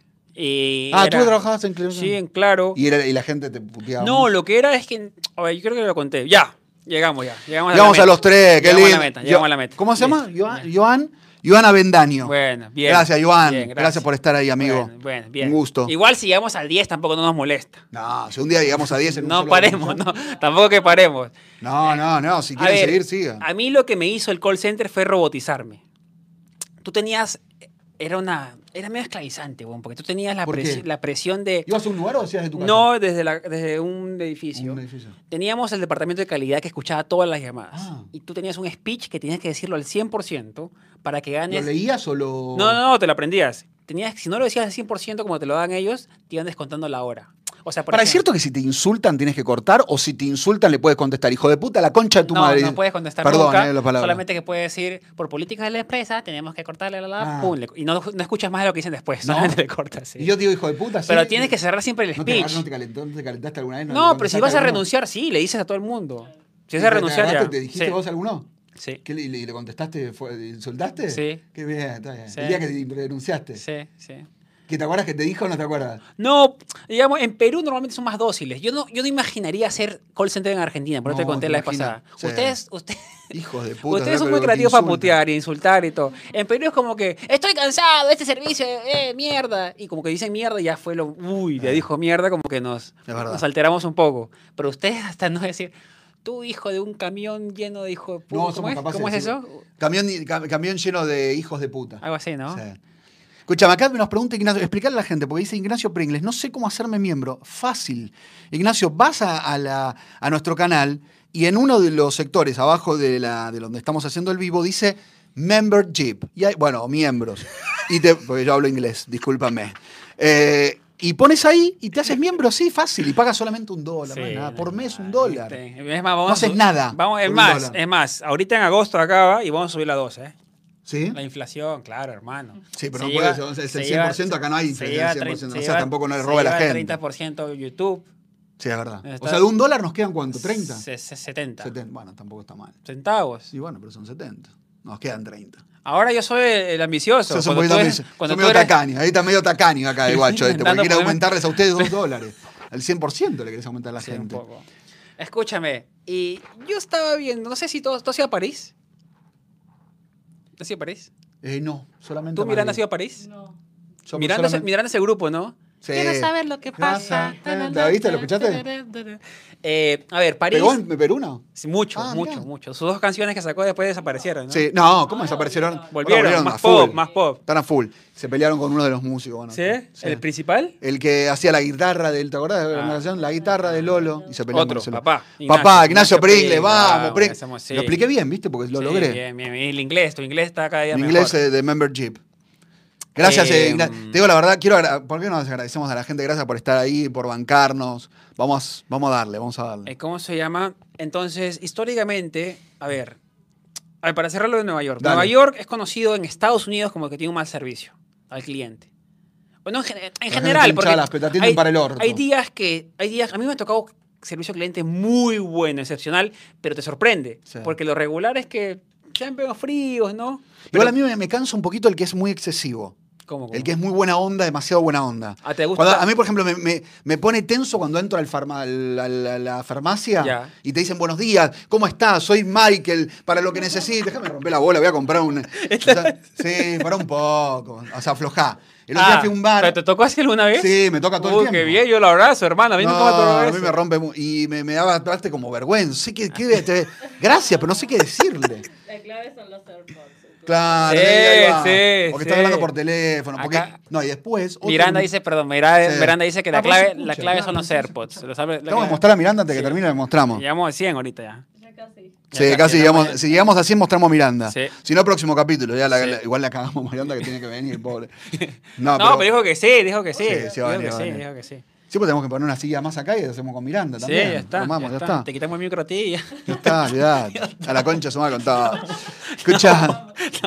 Y Ah, era- ¿tú trabajabas en Claro? Sí, en Claro. Y, era- y la gente te puteaba. No, lo que era es que. A ver, yo creo que lo conté. Ya, llegamos ya. Llegamos, Llegamos a, la a los tres, qué Llegamos lindo. a la meta, llegamos a la meta. ¿Cómo se llama? Listo. Joan, Joan Iván Avendaño. Bueno, bien. Gracias, Iván. bien, gracias. gracias. por estar ahí, amigo. Bueno, bueno, bien. Un gusto. Igual si llegamos al diez tampoco no nos molesta. No, si un día llegamos a diez en un No solo paremos, grupo. no, tampoco que paremos. No, no, no. Si A quieren ver, seguir, sigan. A mí lo que me hizo el call center fue robotizarme. Tú tenías, era una, era medio esclavizante, weón, porque tú tenías la, ¿Por qué? presi- la presión de... ¿Ibas a un lugar o hacías de tu casa? No, desde, la, desde un edificio. Un edificio. Teníamos el departamento de calidad que escuchaba todas las llamadas. Ah. Y tú tenías un speech que tenías que decirlo al cien por ciento para que ¿Lo ganes... leías o lo...? No, no, no, te lo aprendías. Tenías, si no lo decías al cien por ciento como te lo dan ellos, te iban descontando la hora. O sea, por Para, ¿es ejemplo, cierto que si te insultan tienes que cortar o si te insultan le puedes contestar, hijo de puta, la concha de tu no, madre? no puedes contestar Perdón, nunca, eh, la palabra. solamente que puedes decir, por políticas de la empresa, tenemos que cortarle la la, Ah. pum, le- y no, no escuchas más de lo que dicen después, ¿No? solamente le cortas. Sí. Y yo te digo, hijo de puta, ¿sí? Pero tienes que cerrar siempre el ¿No te, speech. no te calentó- no te calentaste alguna vez? No, le pero si contestaste vas a alguno? renunciar, sí, le dices a todo el mundo. Si vas ¿Te a renunciar, ya. agarraste, ¿Te dijiste Sí. vos alguno? Sí, ¿Qué le, le- le contestaste? Fue- ¿Insultaste? Sí. Qué bien, está bien. Sí. El día que renunciaste. sí, sí. ¿Que te acuerdas que te dijo o no te acuerdas? No, digamos, en Perú normalmente son más dóciles. Yo no, yo no imaginaría hacer call center en Argentina, por eso No, te conté te la vez imaginas. pasada. Sí. Ustedes, ustedes, Hijos de puta. ustedes son ¿sabes? muy Pero te creativos para insultan. putear e insultar y todo. En Perú es como que, estoy cansado, este servicio, eh, mierda. Y como que dicen mierda y ya fue lo, uy, ya Eh. dijo mierda, como que nos, Es verdad. nos alteramos un poco. Pero ustedes hasta no decir, tú hijo de un camión lleno de hijo de puta. No, ¿Cómo somos es, capaces ¿Cómo de es decir- eso? Camión, cam- camión lleno de hijos de puta. Algo así, ¿no? Sí. Escuchame, acá nos pregunta Ignacio, explicarle a la gente, porque dice Ignacio Pringles, no sé cómo hacerme miembro. Fácil. Ignacio, vas a, a la- a nuestro canal y en uno de los sectores abajo de, la, de donde estamos haciendo el vivo dice membership. Y hay, bueno, miembros. Y te, porque yo hablo inglés, discúlpame. Eh, y pones ahí y te haces miembro, sí, fácil. Y pagas solamente un dólar, Sí, más nada, por mes un sí, dólar. sí. Es más, vamos No a haces sub- nada Vamos, es por un más, dólar. es más, ahorita en agosto acaba y vamos a subir la dos, ¿eh? ¿Sí? La inflación, claro, hermano. Sí, pero Se no lleva- puede ser, es se el lleva- cien por ciento, acá no hay se inflación lleva del cien por ciento, tre- o se sea, lleva- tampoco no le se roba a la lleva el gente. treinta por ciento YouTube. Sí, es verdad. Está- O sea, de un dólar nos quedan cuánto, treinta. se- se- setenta. setenta. Bueno, tampoco está mal. Centavos. Sí, bueno, pero son setenta. Nos quedan treinta. Ahora yo soy el, el ambicioso. Eso son Cuando medio, tú eres- medio, cuando son tú medio eres- tacaño. Ahí está medio tacaño acá el guacho este, porque Intentando quiere ponerme- aumentarles a ustedes dos dólares. Al cien por ciento le querés aumentar a la Sí, un gente. poco. Escúchame, y yo estaba viendo, no sé si tú, ¿tú has ido a París. ¿Tú has ido a París? Eh, no, solamente ¿Tú, a Miranda, Madrid. has ido a París? No. Somos Miranda, es- solamente- Miranda es el grupo, ¿no? Sí. Quiero saber lo que pasa. Pasa. ¿La viste? ¿Lo escuchaste? Eh, a ver, París. ¿Pegó en Perú, no? Sí, mucho, Ah, mucho, mirá. mucho. Sus dos canciones que sacó después desaparecieron, ¿no? Sí, no, ¿cómo desaparecieron? Volvieron, Bueno, más a pop, full. más pop. Están a full. Se pelearon con uno de los músicos. Bueno, ¿Sí? ¿El principal? El que hacía la guitarra del, ¿te acordás de la Ah. canción? La guitarra de Lolo. Y se pelearon Otro, con ese- papá. Papá, Ignacio Pringles, Pringles, vamos, vamos, Pringles. hacemos- sí. Lo expliqué bien, ¿viste? Porque lo Sí, logré. Bien, bien, bien. El inglés, tu inglés está cada día En mejor. inglés eh, de membership. Gracias, eh, Eh, Igna- Te digo la verdad, quiero agra- ¿por qué no nos agradecemos a la gente? Gracias por estar ahí, por bancarnos. Vamos, vamos a darle, vamos a darle. Eh, ¿Cómo se llama? Entonces, históricamente, a ver, a ver, para cerrarlo de Nueva York. Dale. Nueva York es conocido en Estados Unidos como que tiene un mal servicio al cliente. Bueno, en, gen- en gente general, te porque hincha las petas, atienden hay, para el orto. hay días que, hay días, a mí me ha tocado servicio al cliente muy bueno, excepcional, pero te sorprende, Sí. porque lo regular es que sean pegos fríos, ¿no? Igual a mí me, me cansa un poquito el que es muy excesivo. ¿Cómo, cómo? El que es muy buena onda, demasiado buena onda. Ah, ¿te gusta? Cuando- a mí, por ejemplo, me, me- me pone tenso cuando entro al farma- la, la- la farmacia Ya. y te dicen buenos días, ¿cómo estás? Soy Michael, para lo que necesites. Déjame romper la bola, voy a comprar un... o sea, sí, para un poco. O sea, aflojá. El otro día Ah, fui a un bar. ¿pero te tocó así alguna vez? Sí, me toca todo el Uy, tiempo. qué bien, yo lo abrazo, hermano. A mí No, nunca me tocó a eso. mí me rompe mu- y me, me daba aparte como vergüenza. Sé que, que- te- gracias, pero no sé qué decirle. La clave son los AirPods. entonces. Claro, Sí, ahí va. sí, porque sí. estás hablando por teléfono. Porque, Acá- no, y después. otro- Miranda dice, perdón, Miranda, Sí. Miranda dice que la Ah, pero se clave, escucha, la clave claro, son los sí, se AirPods. Lo sabe- la Tengo que clave- mostrar a Miranda antes que Sí. termine, le mostramos. Llegamos a cien ahorita ya. Ya casi. Sí, Ya casi ya llegamos, estamos- si llegamos a cien mostramos a Miranda. Sí. Si no, próximo capítulo. Ya la- Sí. la- igual la cagamos a Miranda que tiene que venir, pobre. No, No, pero, dijo que sí, dijo que sí. Sí, sí, va a dijo venir, que va a sí, venir. dijo que sí. Sí, pues tenemos que poner una silla más acá y hacemos con Miranda Sí, también. ya está. Tomamos, ya ya está. está. Te quitamos el micro a ti y ya. Ya está, olvidate. A la concha se me ha contado. Escucha.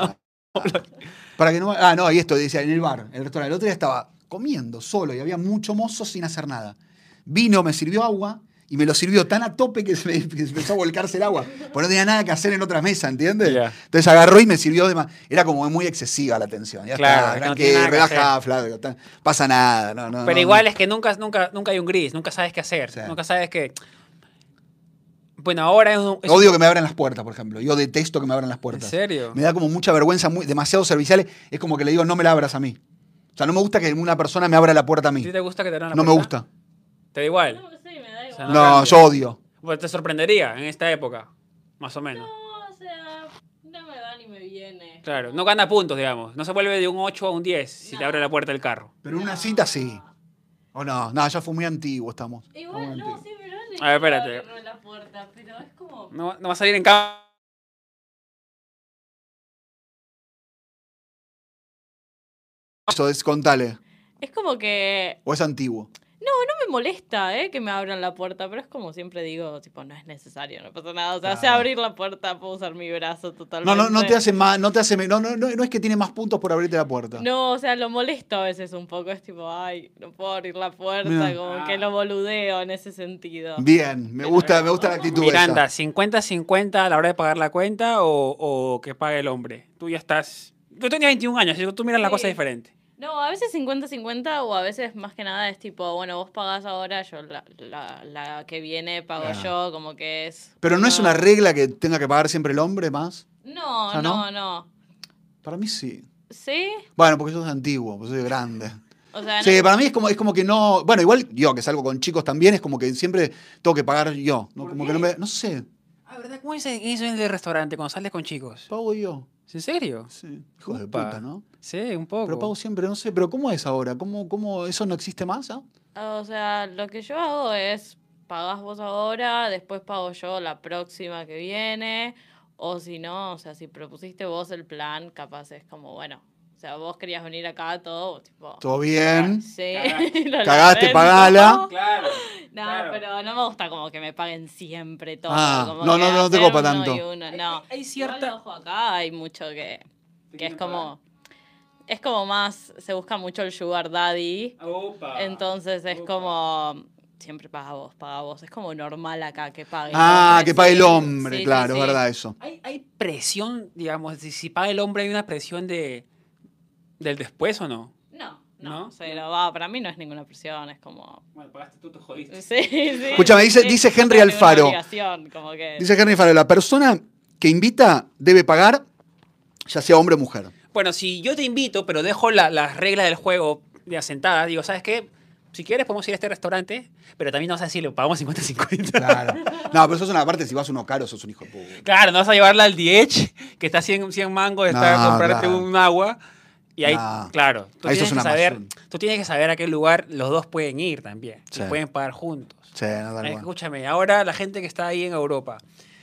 Para que no. Ah, no, y esto decía en el bar, el restaurante. El otro día estaba comiendo solo y había mucho mozo sin hacer nada. Vino, me sirvió agua y me lo sirvió tan a tope que se me que se empezó a volcarse el agua. Porque no tenía nada que hacer en otra mesa, ¿entiendes? Ya. Entonces agarró y me sirvió de más. Era como muy excesiva la atención. Ya Claro, está, es que no tiene tranquilo, nada que relaja, Flavio. ta- Pasa nada. No, no, Pero no, igual no. es que nunca, nunca, nunca hay un gris, nunca sabes qué hacer. Sí. Nunca sabes que. Bueno, ahora es un... es Odio un- que me abran las puertas, por ejemplo. Yo detesto que me abran las ¿En puertas. serio? Me da como mucha vergüenza, muy, demasiado serviciales. Es como que le digo, no me la abras a mí. O sea, no me gusta que una persona me abra la puerta a ¿A mí. ti te gusta que te abran la No me puerta? gusta. ¿Te da igual? No, sí, me da O igual. sea, No, cambia. yo odio. Pues te sorprendería en esta época, más o menos. No, o sea, no me va ni me viene. Claro, no gana puntos, digamos. No se vuelve de un ocho a un diez si te No. abre la puerta del carro. Pero en una cita sí. O no, no, ya fue muy antiguo estamos. Igual, Muy no, antiguo. sí, pero no le A ver, quiero espérate. abrirme la puerta, pero es como... No, no va a salir en cámara. Eso es, contale. Es como que... O es antiguo. No, no me molesta, ¿eh? Que me abran la puerta, pero es como siempre digo, tipo, no es necesario, no pasa nada. O sea, sé Claro. abrir la puerta, puedo usar mi brazo No, totalmente. no, no te hace más, no te hace, me- no, no, no, no es que tiene más puntos por abrirte la puerta. No, o sea, lo molesto a veces un poco. Es tipo, ay, no puedo abrir la puerta, Mira. como que lo boludeo en ese sentido. Bien, me gusta, me gusta la actitud Miranda, esa. cincuenta cincuenta a la hora de pagar la cuenta o, o que pague el hombre. Tú ya estás... Tú tenías veintiún años, así que tú miras la Sí. cosa diferente. No, a veces cincuenta cincuenta o a veces más que nada es tipo, bueno, vos pagás ahora, yo la, la, la que viene pago Ah. yo, como que es... Pero no es una regla que tenga que pagar siempre el hombre más. No, O sea, no, no. Para mí sí. ¿Sí? Bueno, porque yo soy antiguo, porque soy grande. O sea, Sí, no- para mí es como, es como que no. Bueno, igual yo que salgo con chicos también, es como que siempre tengo que pagar yo. ¿no? ¿Por Como qué? que no me. No sé, Ah, ¿verdad? ¿Cómo es eso en el restaurante cuando sales con chicos? pago yo. ¿En serio? Sí. Hijos de Upa. puta, ¿no? Sí, un poco. Pero pago siempre, no sé. Pero ¿cómo es ahora? ¿Cómo, cómo eso no existe más? ¿Ah? O sea, lo que yo hago es, pagás vos ahora, después pago yo la próxima que viene, o si no, o sea, si propusiste vos el plan, capaz es como, bueno, o sea, vos querías venir acá, todo, tipo... Todo bien. Sí, Cagaste. lo Cagaste, lamento. pagala. Claro. No, claro. pero no me gusta como que me paguen siempre todo. Ah, como no, que no, no te hacer copa uno tanto. y uno, no. Hay- hay Igual, cierta- ojo, acá hay mucho que, que es como... Es como más, se busca mucho el sugar daddy. Opa. Entonces es Opa. como siempre paga vos, paga vos. Es como normal acá que pague. el Ah, hombre, que pague el sí. hombre, Sí, sí, claro, sí. es verdad eso. Hay, hay presión, digamos, si, si paga el hombre hay una presión de del después o no. No, ¿No? no, pero va, para mí no es ninguna presión, es como... Bueno, pagaste tú, te jodiste. Sí, sí. Escúchame, dice- Sí, dice no Henry tengo ninguna Alfaro. obligación, como que... Dice Henry Faro, la persona que invita debe pagar, ya sea hombre o mujer. Bueno, si yo te invito, pero dejo la- las reglas del juego de asentadas, digo, ¿sabes qué? Si quieres podemos ir a este restaurante, pero también no vas a decirle, pagamos cincuenta cincuenta. Claro. No, pero eso es una parte, si vas a uno caro, sos un hijo de puta. Claro, no vas a llevarla al D H, que está cien, cien mangos de estar No, a comprarte claro. un agua. Y ahí, No. claro, tú Ahí sos tienes, que una saber, basura. tú tienes que saber a qué lugar los dos pueden ir también. Sí. Y pueden pagar juntos. Sí, no, tal Eh, cual. Escúchame, ahora la gente que está ahí en Europa.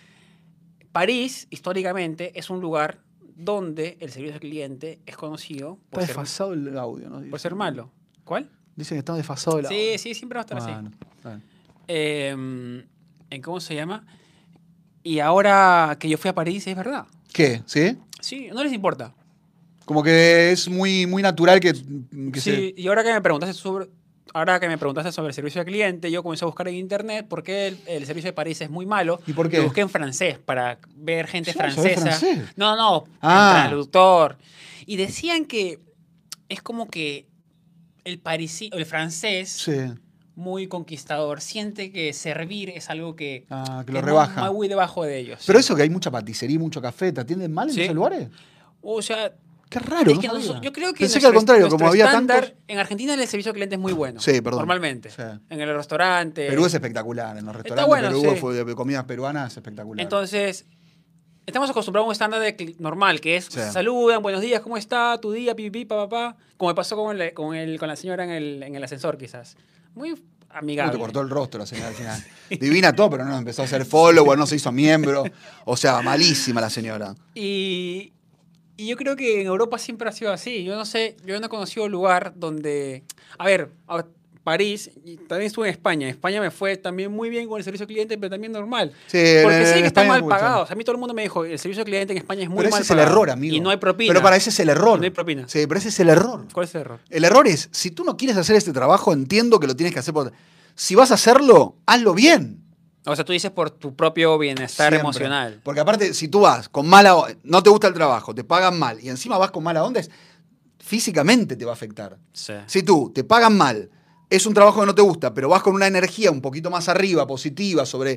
París, históricamente, es un lugar donde el servicio al cliente es conocido por, Está ser, desfasado el audio, ¿no? por ser malo. ¿Cuál? Dicen que está desfasado el audio. Sí, sí, siempre va a estar así. Bueno, está bien. Eh, ¿en cómo se llama? Y ahora que yo fui a París, es verdad. ¿Qué? ¿Sí? Sí, no les importa. Como que es muy, muy natural que, que Sí, y ahora que me preguntaste sobre, ahora que me preguntaste sobre el servicio al cliente, yo comencé a buscar en internet por qué el, el servicio de París es muy malo. ¿Y por qué? Lo busqué en francés para ver gente Sí, ¿sabés francesa. francés? No, no, Ah. el traductor. Y decían que es como que el parisí, el francés, se... Sí. muy conquistador, siente que servir es algo que, Ah, que que lo es rebaja. muy, muy debajo de ellos. Pero sí. eso que hay mucha paticería y mucho café, ¿te atienden mal en Sí. esos lugares? O sea, Qué raro, es no que sabía. noso- yo creo que Pensé que nuestro- al contrario, nuestro como había estándar- tantos... En Argentina el servicio al cliente es muy bueno. Sí, perdón. Normalmente. Sí. En el restaurante. Perú es espectacular, en los restaurantes bueno, de Perú sí. fue de comidas peruanas es espectacular. Entonces, estamos acostumbrados a un estándar de cli- normal, que es Sí. saludan, buenos días, ¿cómo está? Tu día, pipi, papá, papá. Como me pasó con, el, con, el, con la señora en el, en el ascensor, quizás. Muy Uh, amigable. te cortó el rostro la señora al final. Divina todo, pero no empezó a hacer follower, no se hizo miembro. O sea, malísima la señora. Y, y yo creo que en Europa siempre ha sido así. Yo no sé, yo no he conocido un lugar donde... A ver, a- París, y también estuve en España. En España me fue también muy bien con el servicio al cliente, pero también normal. Sí, en- Porque sí en que están España mal es mucho. pagados. A mí todo el mundo me dijo, el servicio al cliente en España es muy Pero mal ese es el pagado. error, amigo. Y no hay propina. Pero para ese es el error. Y no hay propina. Sí, pero ese es el error. ¿Cuál es el error? El error es, si tú no quieres hacer este trabajo, entiendo que lo tienes que hacer por... Si vas a hacerlo, hazlo bien. O sea, tú dices por tu propio bienestar Siempre. emocional. Porque aparte, si tú vas con mala onda, no te gusta el trabajo, te pagan mal, y encima vas con mala onda, es- físicamente te va a afectar. Sí. Si tú te pagan mal, es un trabajo que no te gusta, pero vas con una energía un poquito más arriba, positiva, sobre...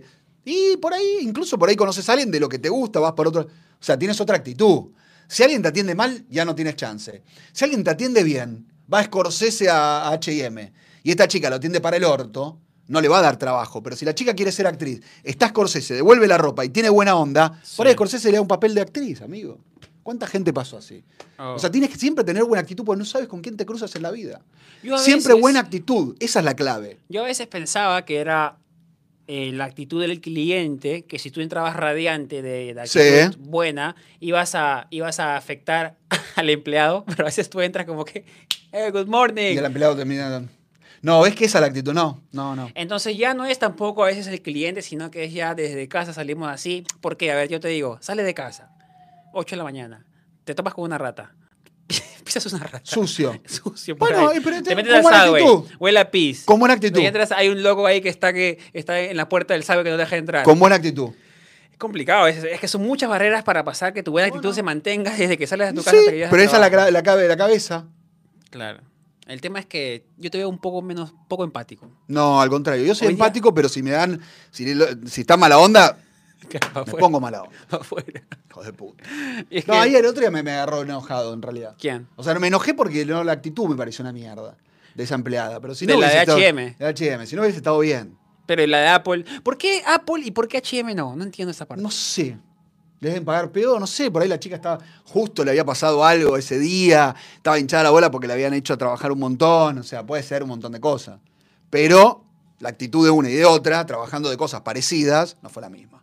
Y por ahí, incluso por ahí conoces a alguien de lo que te gusta, vas por otro. O sea, tienes otra actitud. Si alguien te atiende mal, ya no tienes chance. Si alguien te atiende bien, va a Scorsese a H y M y esta chica lo atiende para el orto, no le va a dar trabajo. Pero si la chica quiere ser actriz, está Scorsese, devuelve la ropa y tiene buena onda, Sí. por ahí Scorsese le da un papel de actriz, amigo. ¿Cuánta gente pasó así? Oh. O sea, tienes que siempre tener buena actitud porque no sabes con quién te cruzas en la vida. Yo a Siempre veces- buena actitud, esa es la clave. Yo a veces pensaba que era eh, la actitud del cliente, que si tú entrabas radiante de, de actitud Sí. buena, ibas a, ibas a afectar al empleado, pero a veces tú entras como que, hey, good morning. Y el empleado termina... No, es que esa es la actitud, no, no, no. Entonces ya no es tampoco a veces el cliente, sino que es ya desde casa salimos así. Porque, a ver, yo te digo, sale de casa, ocho de la mañana, te topas con una rata. Pisas una rata. Sucio. Sucio. por Bueno, ahí. eh, pero te te- metes con al buena subway, actitud. huele a pis. Con buena actitud. Y entras, hay un loco ahí que está, que está en la puerta del subway que no te deja entrar. Con buena actitud. Es complicado, es, es que son muchas barreras para pasar que tu buena actitud Bueno. se mantenga desde que sales de tu Sí, casa hasta que llegas pero al esa es la, trabajo. cra- la, cabe- la cabeza. Claro. El tema es que yo te veo un poco menos, poco empático. No, al contrario. Yo soy Hoy día- empático, pero si me dan... Si, lo- si está mala onda, Pa' me afuera, pongo mala onda. pa' afuera. Hijo de puta. Y es No, que- ahí el otro día me, me agarró enojado, en realidad. ¿Quién? O sea, no me enojé porque no, la actitud me pareció una mierda de esa empleada. Pero si De no la hubiese de estado- H y M. De H y M. Si no hubiese estado bien. Pero la de Apple. ¿Por qué Apple y por qué H y M no? No entiendo esa parte. No sé. ¿Le deben pagar peor? No sé. Por ahí la chica estaba... Justo le había pasado algo ese día. Estaba hinchada la bola porque le habían hecho trabajar un montón. O sea, puede ser un montón de cosas. Pero la actitud de una y de otra, trabajando de cosas parecidas, no fue la misma.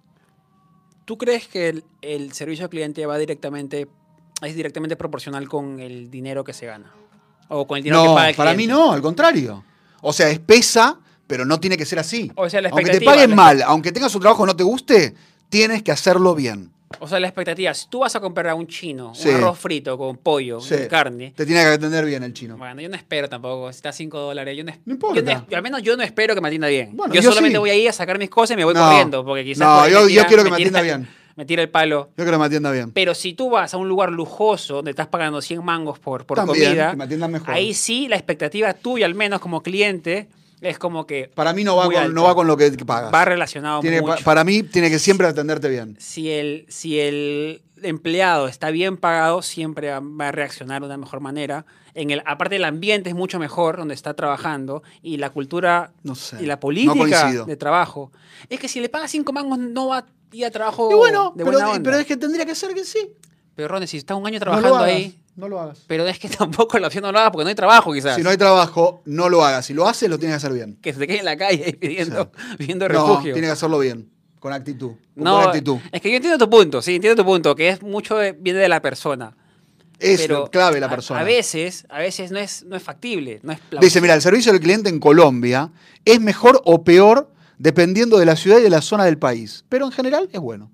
¿Tú crees que el, el servicio al cliente va directamente, es directamente proporcional con el dinero que se gana? O con el dinero No, que paga el para mí cliente. no, al contrario. O sea, es pesa, pero no tiene que ser así. O sea, la aunque te expectativa, paguen la- mal, aunque tengas un trabajo que no te guste, tienes que hacerlo bien. O sea, la expectativa, si tú vas a comprar a un chino, Sí. un arroz frito con pollo, Sí. y carne, Te tiene que atender bien el chino. bueno, yo no espero tampoco, si está a cinco dólares, yo no, es- No importa. yo no es- al menos yo no espero que me atienda bien. Bueno, yo, yo solamente sí. voy ahí a sacar mis cosas y me voy No. corriendo, porque quizás No, por ahí yo- me yo tira- quiero que me tira- atienda bien. me tira el palo. Yo creo que me atienda bien. Pero si tú vas a un lugar lujoso donde estás pagando cien mangos por, por También, comida, que me atiendan mejor. ahí sí la expectativa tuya, al menos como cliente, es como que Para mí no va, muy con, alta. no va con lo que pagas. va relacionado Tiene que pa- mucho. para mí tiene que siempre atenderte bien. Si el, si el empleado está bien pagado, siempre va- va a reaccionar de una mejor manera. En el, aparte, el ambiente es mucho mejor donde está trabajando y la cultura No sé. y la No política coincido. de trabajo. Es que si le pagas cinco mangos, no va a ir a trabajo Y bueno, de pero, buena onda. pero es que tendría que ser que sí. Pero, Ronnie, si estás un año No trabajando lo hagas, ahí, no lo hagas. pero es que tampoco la opción no lo hagas porque no hay trabajo, quizás. Si no hay trabajo, no lo hagas. Si lo haces, lo tienes que hacer bien. Que se te quede en la calle ahí pidiendo, pidiendo No, refugio. tiene que hacerlo bien. Con actitud. Con No, buena actitud. es que yo entiendo tu punto, sí, entiendo tu punto, que es mucho de- viene de la persona. Es pero clave la a- persona. A, veces, a veces no es, no es factible, no es Dice, plausible. mira, el servicio al cliente en Colombia es mejor o peor dependiendo de la ciudad y de la zona del país. Pero en general es bueno.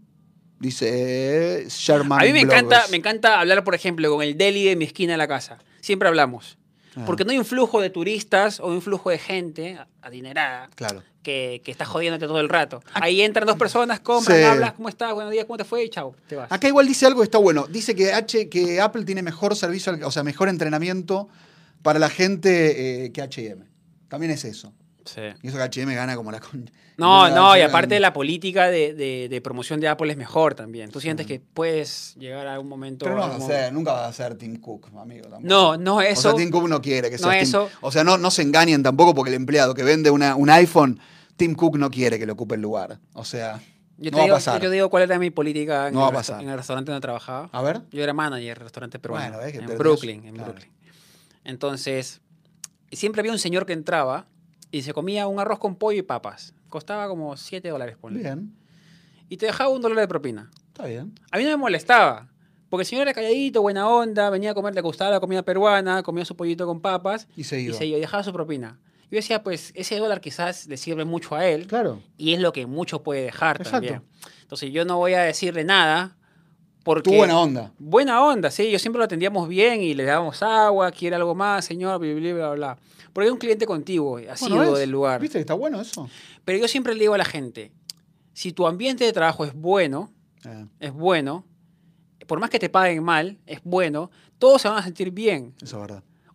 Dice eh, Sherman A mí me Bloggers. encanta, me encanta hablar, por ejemplo, con el deli de mi esquina de la casa. Siempre hablamos. Ah. Porque no hay un flujo de turistas o un flujo de gente adinerada Claro. que, que está jodiéndote todo el rato. Ahí entran dos personas, compran, Sí. hablas, ¿cómo estás? Buenos días, ¿cómo te fue? Y chao, te vas. Acá igual dice algo que está bueno. Dice que, H, que Apple tiene mejor servicio, al- o sea, mejor entrenamiento para la gente eh, que H y M. También es eso. Sí. Y eso que H y M gana como la con... No, no, y H y M aparte la política de, de- de promoción de Apple es mejor también. Tú sientes que puedes llegar a un momento... Pero no a va a un ser, nunca va a ser Tim Cook, amigo. Tampoco. No, no, eso... O sea, Tim Cook no quiere que no, sea eso- O sea, no, no se engañen tampoco porque el empleado que vende una, un iPhone, Tim Cook no quiere que le ocupe el lugar. O sea, yo, te no va a digo, pasar. yo te digo cuál era mi política en, No va el, a resta- pasar. en el restaurante donde trabajaba. A ver. Yo era manager del restaurante peruano. Bueno, ves que en tenés- Brooklyn, en claro. Brooklyn. Entonces, siempre había un señor que entraba y se comía un arroz con pollo y papas. Costaba como siete dólares, ponle. Bien, Y te dejaba un dólar de propina. está bien. A mí no me molestaba. Porque el señor era calladito, buena onda, venía a comer, le gustaba la comida peruana, comía su pollito con papas Y se y iba. se iba y dejaba su propina. Yo decía, pues ese dólar quizás le sirve mucho a él Claro. y es lo que mucho puede dejar Exacto. también. Entonces yo no voy a decirle nada porque... Tu buena onda. Buena onda, sí. Yo siempre lo atendíamos bien y le dábamos agua, quiere algo más, señor, bla, bla, bla, bla. Porque es un cliente contigo, ha sido Bueno, ¿ves? del lugar. ¿Viste que está bueno eso? Pero yo siempre le digo a la gente, si tu ambiente de trabajo es bueno, Eh, es bueno, por más que te paguen mal, es bueno, todos se van a sentir bien. eso es verdad.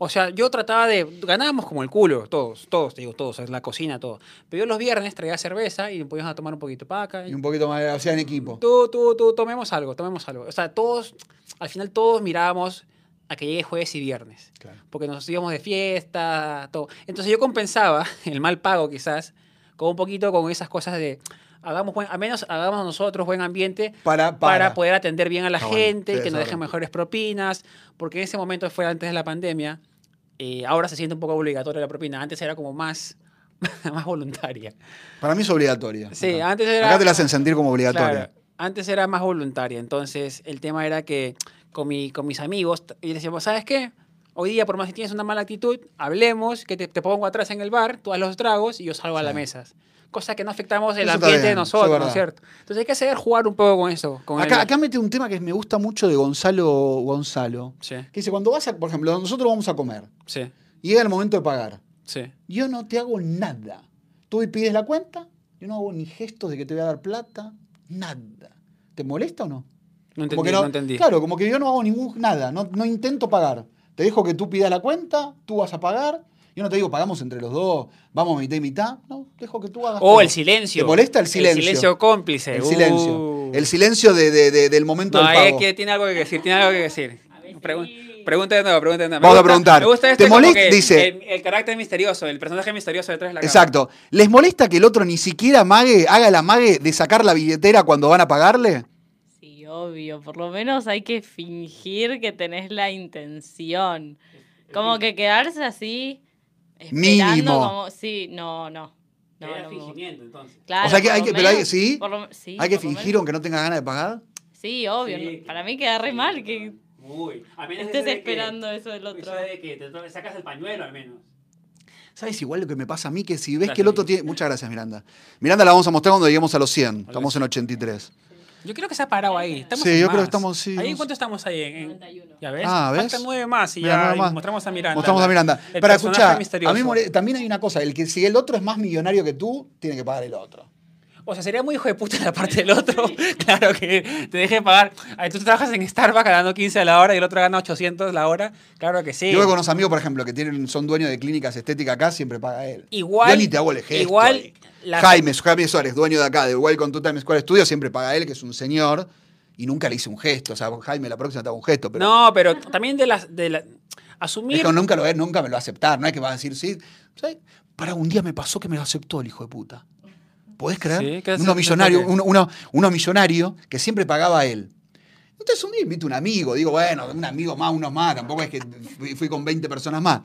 O sea, yo trataba de... Ganábamos como el culo, todos, todos, te digo, todos, en la cocina, todo. Pero yo los viernes traía cerveza y podíamos a tomar un poquito para acá. Y un poquito más, o sea, en equipo. Tú, tú, tú, tomemos algo, tomemos algo. O sea, todos, al final todos mirábamos a que llegue jueves y viernes. Claro. Porque nos íbamos de fiesta, todo. Entonces yo compensaba el mal pago quizás con un poquito con esas cosas de... Hagamos buen, al menos hagamos nosotros buen ambiente Para, para, para. poder atender bien a la Está bueno. gente, Sí, que eso nos es dejen verdad. mejores propinas, porque en ese momento fue antes de la pandemia, eh, ahora se siente un poco obligatoria la propina, antes era como más, más voluntaria. Para mí es obligatoria. Sí, Acá. antes era... Acá te la hacen sentir como obligatoria. Claro, antes era más voluntaria, entonces el tema era que con, mi, con mis amigos, y decíamos, ¿sabes qué? Hoy día, por más que tienes una mala actitud, hablemos, que te, te pongo atrás en el bar, tú haz los tragos y yo salgo a Sí. la mesa. Cosa que no afectamos el Eso está ambiente de bien, nosotros, eso es ¿no es verdad. cierto? Entonces hay que saber jugar un poco con eso. Con Acá, el- acá mete un tema que me gusta mucho de Gonzalo Gonzalo. Sí, Que dice, cuando vas a, por ejemplo, nosotros vamos a comer. sí, Y llega el momento de pagar. sí. Yo no te hago nada. Tú pides la cuenta, yo no hago ni gestos de que te voy a dar plata, nada. ¿Te molesta o no? No entendí, Como que no, entendí. Claro, como que yo no hago ningún nada, no, no intento pagar. Te dejo que tú pidas la cuenta, tú vas a pagar. Yo no te digo, pagamos entre los dos, vamos mitad y mitad. No, dejo que tú hagas O todo. el silencio. ¿Te molesta el silencio? El silencio cómplice. El silencio. Uh. El silencio de, de- de- del momento No, del es pago. que tiene algo que decir, tiene algo que decir. ver Pregun- si- pregunta de nuevo, pregunta de nuevo. Me Vamos a gusta- preguntar. Me gusta ¿Te este como molesta? que Dice- El, el carácter misterioso, el personaje misterioso detrás de la cámara. Exacto. ¿Les molesta que el otro ni siquiera mague, haga la mague de sacar la billetera cuando van a pagarle? Sí, obvio. Por lo menos hay que fingir que tenés la intención. Como que quedarse así, esperando Mínimo. como... Sí, no, no. No, Era no me gusta. fingimiento, entonces. Claro, O sea que por hay lo que- pero hay- menos- ¿sí? por lo- sí, ¿Hay que por lo fingir menos- aunque no tenga ganas de pagar? Sí, obvio. Sí, no- que- para mí queda re mal que Uy, a menos estés eso de que- esperando eso del otro. eso de que te sacas el pañuelo al menos. ¿Sabes igual lo que me pasa a mí? Que si ves Gracias, que el otro Miguel. tiene... Muchas gracias, Miranda. Miranda la vamos a mostrar cuando lleguemos a los cien. Estamos en ochenta y tres. Yo creo que se ha parado ahí. Estamos Sí, en yo creo más. que estamos, sí, ¿Ahí no cuánto estamos ahí? En, en- noventa y uno. ¿Ya ves? Ah, ¿ves? Faltan nueve más y Mira, ya nueve y más. mostramos a Miranda. Mostramos a la- Miranda. el Para personaje escuchar, a misterioso. mí mole- también hay una cosa. El que si el otro es más millonario que tú, tiene que pagar el otro. O sea, sería muy hijo de puta de la parte del otro. Claro que te deje pagar. Ay, tú trabajas en Starbucks ganando quince a la hora y el otro gana ochocientos la hora. Claro que sí. Yo con unos amigos, por ejemplo, que tienen, son dueños de clínicas estéticas acá, siempre paga él. Igual- Yo ni te hago el gesto. igual ahí. la- Jaime, Jaime Suárez, dueño de acá, de Welcome to Times Square Studio, siempre paga él, que es un señor, y nunca le hice un gesto. O sea, Jaime, la próxima te hago un gesto. Pero No, pero también de las. De la, asumir. es que nunca, lo, nunca me lo va a aceptar. No es que va a decir, sí. ¿Sabes? Para un día me pasó que me lo aceptó el hijo de puta. ¿Podés creer? Sí, ¿qué hace- uno, millonario, qué? uno, uno- uno millonario que siempre pagaba a él. Entonces un día invito a un amigo, digo, bueno, un amigo más, unos más, tampoco es que fui, fui con veinte personas más.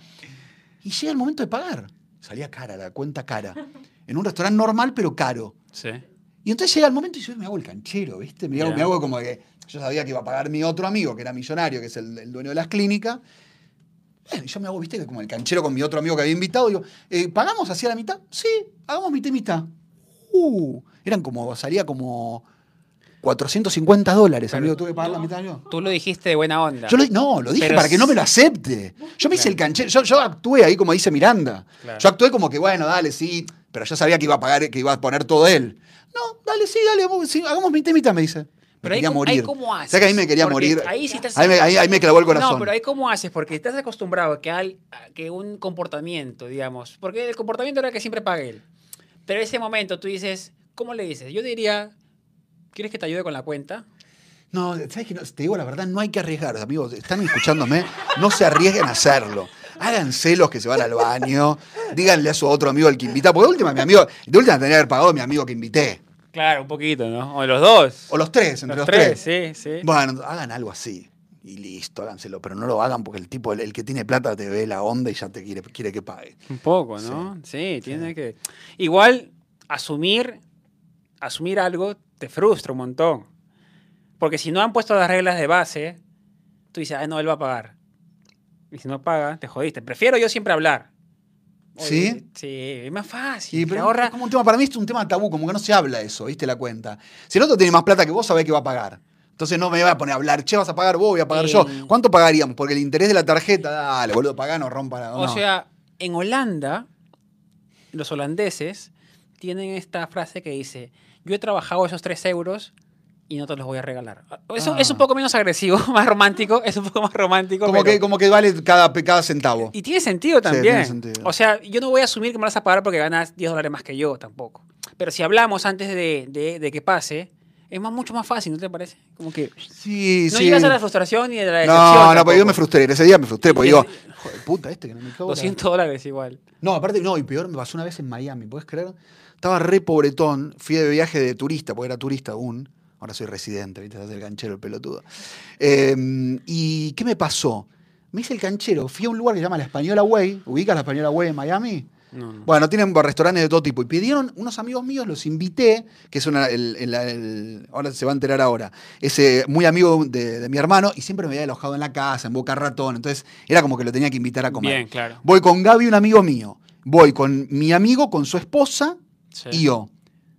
Y llega el momento de pagar. Salía cara, la cuenta cara. En un restaurante normal, pero caro. Sí. Y entonces llega el momento y yo me hago el canchero, ¿viste? Me hago, Ya. me hago como que yo sabía que iba a pagar mi otro amigo, que era millonario, que es el, el dueño de las clínicas. Bueno, y yo me hago, ¿viste? Como el canchero con mi otro amigo que había invitado. Digo, eh, ¿pagamos hacia la mitad? Sí, hagamos mitad y mitad. Uh, eran como, salía como cuatrocientos cincuenta dólares, Pero amigo. Tuve que pagar la tú- mitad yo. Tú lo dijiste de buena onda. Yo lo- no, lo dije Pero para que no me lo s- acepte. Yo me hice el canchero, yo, yo actué ahí como dice Miranda. Claro. Yo actué como que, bueno, dale, sí, pero yo sabía que iba a pagar, que iba a poner todo él. No, dale, sí, dale, vamos, sí, hagamos mitad y mitad, me dice. Me Pero ahí, quería cómo- morir. ahí cómo haces. ¿Sabes que ahí me quería Porque morir? Ahí sí estás. Ahí me, ahí- ahí me clavó el corazón. No, pero ahí cómo haces, porque estás acostumbrado a que, al, a que un comportamiento, digamos, porque el comportamiento era que siempre pague él. Pero ese momento tú dices, ¿cómo le dices? Yo diría, ¿quieres que te ayude con la cuenta? No, ¿sabes qué? No, te digo la verdad, no hay que arriesgar, amigos. Están escuchándome, no se arriesguen a hacerlo. Háganse los que se van al baño, díganle a su otro amigo al que invita, porque de última, mi amigo, de última tendría que haber pagado a mi amigo que invité. Claro, un poquito, ¿no? O los dos. O los tres, entre los los, tres, tres. sí, sí. Bueno, hagan algo así. Y listo, háganselo. Pero no lo hagan porque el tipo, el, el que tiene plata te ve la onda y ya te quiere, quiere que pague. Un poco, ¿no? Sí, tiene que... Igual, asumir, asumir algo te frustra un montón. Porque si no han puesto las reglas de base, tú dices, ah, no, él va a pagar. Y si no paga, te jodiste. Prefiero yo siempre hablar. ¿Sí? Oye, sí, es más fácil. Y te pero ahorra... es como un tema, para mí es un tema tabú, como que no se habla eso, ¿viste? La cuenta. Si el otro tiene más plata que vos, sabés que va a pagar. Entonces no me va a poner a hablar, che, vas a pagar vos, voy a pagar Eh. yo. ¿Cuánto pagaríamos? Porque el interés de la tarjeta, dale, boludo, pagá, no rompa la. O no. sea, en Holanda, los holandeses tienen esta frase que dice, yo he trabajado esos tres euros y no te los voy a regalar. Eso Ah. es un poco menos agresivo, más romántico, es un poco más romántico. Como, pero- que, como que vale cada, cada centavo. Y tiene sentido Sí, también. tiene sentido. O sea, yo no voy a asumir que me vas a pagar porque ganas diez dólares más que yo tampoco. Pero si hablamos antes de, de- de que pase, es más, mucho más fácil, ¿no te parece? Como que Sí, no sí. llegas a la frustración ni a la decepción. No, no, porque yo tampoco. me frustré. Ese día me frustré porque Y digo, es- joder, puta, este que no me cobra. doscientos dólares igual. No, aparte, no, y peor me pasó una vez en Miami, ¿puedes creer? Estaba re pobretón, fui de viaje de turista, porque era turista aún. Ahora soy residente, ¿viste? Hace el canchero, el pelotudo. Eh, ¿Y qué me pasó? Me hice el canchero, fui a un lugar que se llama La Española Way. ¿Ubicas La Española Way en Miami? No, no. Bueno, tienen restaurantes de todo tipo. Y pidieron unos amigos míos, los invité, que es una, el, el- el- ahora se va a enterar ahora, ese muy amigo de, de mi hermano, y siempre me había alojado en la casa, en Boca Ratón. Entonces era como que lo tenía que invitar a comer. Bien, claro. Voy con Gaby, un amigo mío. Voy con mi amigo, con su esposa Sí. y yo.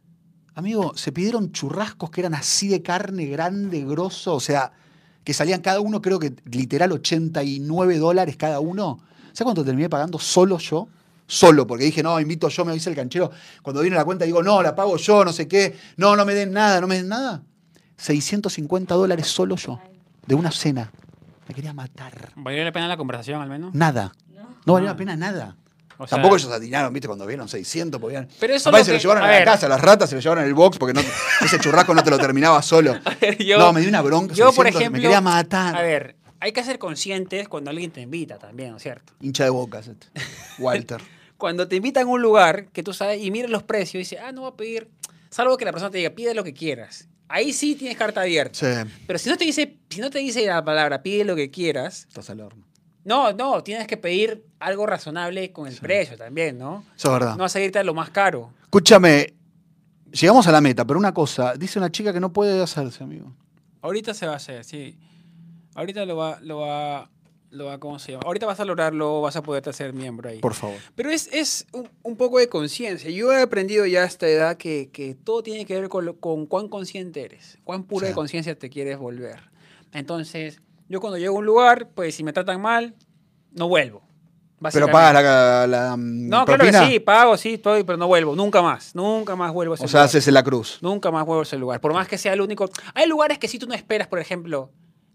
Amigo, se pidieron churrascos que eran así de carne, grande, grosso, o sea, que salían cada uno, creo que literal ochenta y nueve dólares cada uno. ¿Sabes cuánto terminé pagando solo yo? Solo, porque dije, no, invito yo, me dice el canchero. Cuando viene la cuenta digo, no, la pago yo, no sé qué. No, no me den nada, no me den nada. seiscientos cincuenta dólares solo yo, de una cena. Me quería matar. ¿Valió la pena la conversación al menos? Nada. No valió Ah. la pena nada. O sea, Tampoco ellos atinaron, ¿viste? Cuando vieron seiscientos, podían. Pero eso Capaz lo se lo que- llevaron a a, la ver. casa, las ratas se lo llevaron en el box porque no, ese churrasco no te lo terminaba solo. yo- no, me dio una bronca. Yo, por seiscientos, ejemplo, me quería matar. a ver, hay que ser conscientes cuando alguien te invita también, ¿no es cierto? Hincha de bocas, este. Walter. Cuando te invitan a un lugar que tú sabes y miras los precios y dices, ah, no voy a pedir, salvo que la persona te diga, pide lo que quieras. Ahí sí tienes carta abierta. Sí, Pero si no te dice, si no te dice la palabra, pide lo que quieras, estás al horno. no, no, tienes que pedir algo razonable con el precio también, ¿no? Eso es verdad. No vas a irte a lo más caro. Escúchame, llegamos a la meta, pero una cosa, dice una chica que no puede hacerse, amigo. Ahorita se va a hacer, sí. Ahorita lo va, lo va, lo va, ¿cómo se llama? Ahorita vas a lograrlo, vas a poderte hacer miembro ahí. Por favor. Pero es, es un, un poco de conciencia. Yo he aprendido ya a esta edad que, que todo tiene que ver con, lo- con cuán consciente eres, cuán pura Sí. de conciencia te quieres volver. Entonces, yo cuando llego a un lugar, pues si me tratan mal, no vuelvo. Pero básicamente. pagas la, la mm, No, propina. claro que sí, pago, sí, estoy, pero no vuelvo. Nunca más. Nunca más vuelvo a ese O sea, lugar. haces la cruz. Nunca más vuelvo a ese lugar. Por más que sea el único. Hay lugares que si tú no esperas, por ejemplo.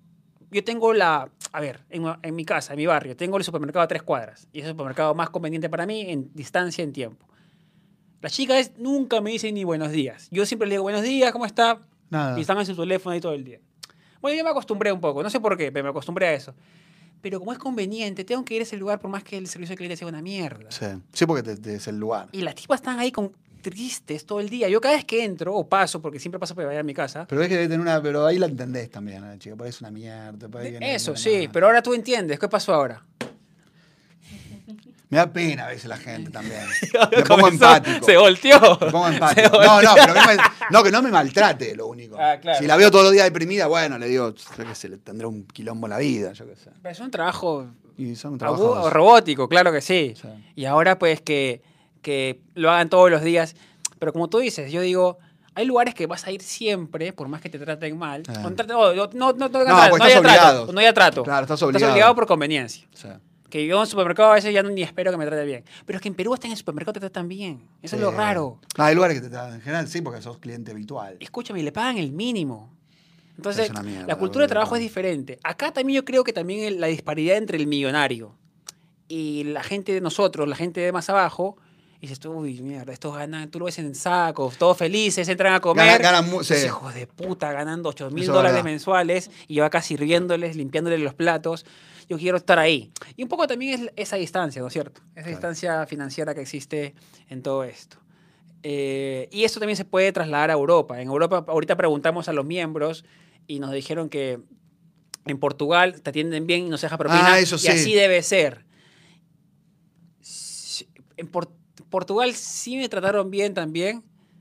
Yo tengo la. A ver, en, en mi casa, en mi barrio, tengo el supermercado a tres cuadras. Y es el supermercado más conveniente para mí en distancia, en tiempo. Las chicas nunca me dicen ni buenos días. Yo siempre le digo buenos días, ¿cómo está? Nada. Y están en su teléfono ahí todo el día. Bueno, yo me acostumbré un poco. No sé por qué, pero me acostumbré a eso. Pero como es conveniente, tengo que ir a ese lugar por más que el servicio de cliente sea una mierda. Sí, sí porque te, te es el lugar. Y las tipas están ahí con tristes todo el día. Yo cada vez que entro, o paso, porque siempre paso por allá a mi casa. Pero ves que debe tener una. Pero ahí la entendés también, ¿eh, chica? Parece una mierda. por ahí que no- Eso, no- sí, no. pero ahora tú entiendes. ¿Qué pasó ahora? Me da pena a veces la gente también. Me pongo empático. Se volteó. Me pongo empático. No, no, pero que no, me, no, que no me maltrate, lo único. Ah, claro. Si la veo todos los días deprimida, bueno, le digo, yo qué sé, le tendrá un quilombo en la vida, yo qué sé. Pero es un trabajo Y son agu- trabajos. robótico, claro que sí. Sí. Y ahora pues que, que lo hagan todos los días. Pero como tú dices, yo digo, hay lugares que vas a ir siempre, por más que te traten mal. Ah. O te traten- no, no, no, no, no, No, haya pues trato, estás obligado. trato, no haya trato. Claro, estás Estás obligado. obligado por conveniencia. Sí. Que yo en el supermercado a veces ya no, ni espero que me trate bien. Pero es que en Perú hasta en el supermercado te tratan bien. Eso es lo Sí. raro. No, hay lugares que te tratan, en general sí, porque sos cliente habitual. Escúchame, le pagan el mínimo. Entonces, Es una mierda, la cultura de boludo. trabajo es diferente. Acá también yo creo que también el- la disparidad entre el millonario y la gente de nosotros, la gente de más abajo, y dices tú, uy, mierda, estos ganan, tú lo ves en sacos, todos felices, entran a comer. Ganan- ganan mu- sí. Esos hijos de puta ganando ocho mil Eso es dólares verdad. mensuales y yo acá sirviéndoles, limpiándoles los platos. Yo quiero estar ahí. Y un poco también es esa distancia, ¿no es cierto? Esa Claro. distancia financiera que existe en todo esto. Eh, y esto también se puede trasladar a Europa. En Europa, ahorita preguntamos a los miembros y nos dijeron que en Portugal te atienden bien y no se deja propina. Ah, eso y sí. así debe ser. Sí, En Por- Portugal sí me trataron bien también.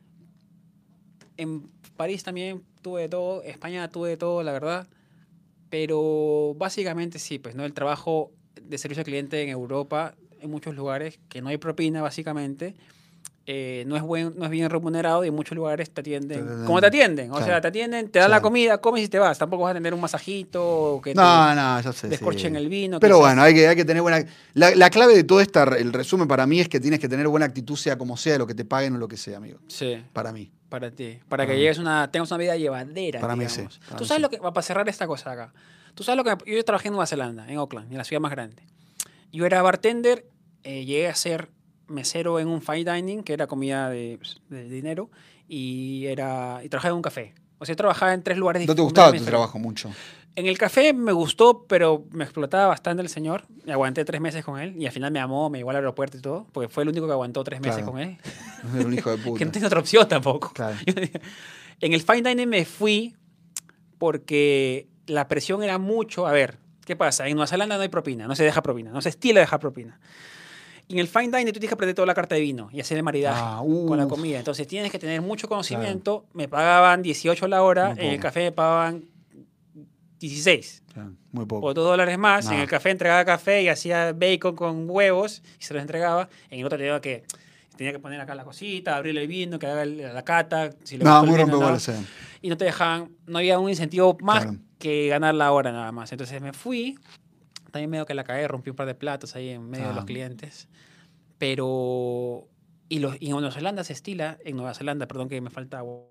En París también tuve de todo. España tuve de todo, la verdad. Pero básicamente sí, pues, ¿no? El trabajo de servicio al cliente en Europa, en muchos lugares, que no hay propina, básicamente. eh, no, es buen, no es bien remunerado y en muchos lugares te atienden. Te atienden. ¿Cómo te atienden? O Claro. sea, te atienden, te dan la Claro. comida, comes y te vas. Tampoco vas a tener un masajito o que No, te no, ya sé. descorchen sí. el vino. Pero quizás. bueno, hay que, hay que tener buena. La, la clave de todo esta, el resumen para mí es que tienes que tener buena actitud, sea como sea, lo que te paguen o lo que sea, amigo. Sí. Para mí. Para ti. Para Para que mí. llegues una, tengas una vida llevadera, Para mí digamos. sí, para Tú mí sabes sí. lo que va para cerrar esta cosa acá. Tú sabes lo que yo trabajé en Nueva Zelanda, en Auckland, en la ciudad más grande. Yo era bartender, eh, llegué a ser mesero en un fine dining, que era comida de, de dinero, y era y trabajaba en un café. O sea, yo trabajaba en tres lugares ¿No te dif- gustaba tu completamente trabajo mucho? En el café me gustó, pero me explotaba bastante el señor. Me aguanté tres meses con él y al final me amó, me llevó al aeropuerto y todo, porque fue el único que aguantó tres meses Claro. con él. Era un hijo de Que puta. no tenía otra opción tampoco. Claro. Yo dije, en el fine dining me fui porque la presión era mucho. A ver, ¿qué pasa? En Nueva Zelanda no hay propina, no se deja propina, no se estila dejar propina. Y en el fine dining tú tienes que aprender toda la carta de vino y hacer el maridaje Ah, con la uf. comida. Entonces tienes que tener mucho conocimiento. Me pagaban dieciocho la hora, Muy en el poco. café me pagaban dieciséis. Claro, muy poco. O dos dólares más. No. En el café entregaba café y hacía bacon con huevos y se los entregaba. En el otro tenía que, tenía que poner acá la cosita, abrirle el vino, que haga el- la cata. Si le No, gustó el muy vino, rompebolas, no. sí. Y no te dejaban, no había un incentivo más Claro. que ganar la hora nada más. Entonces me fui. También medio que la cagué, rompí un par de platos ahí en medio Ah. de los clientes. Pero... Y, los, y en Nueva Zelanda se estila, en Nueva Zelanda, perdón que me falta agua.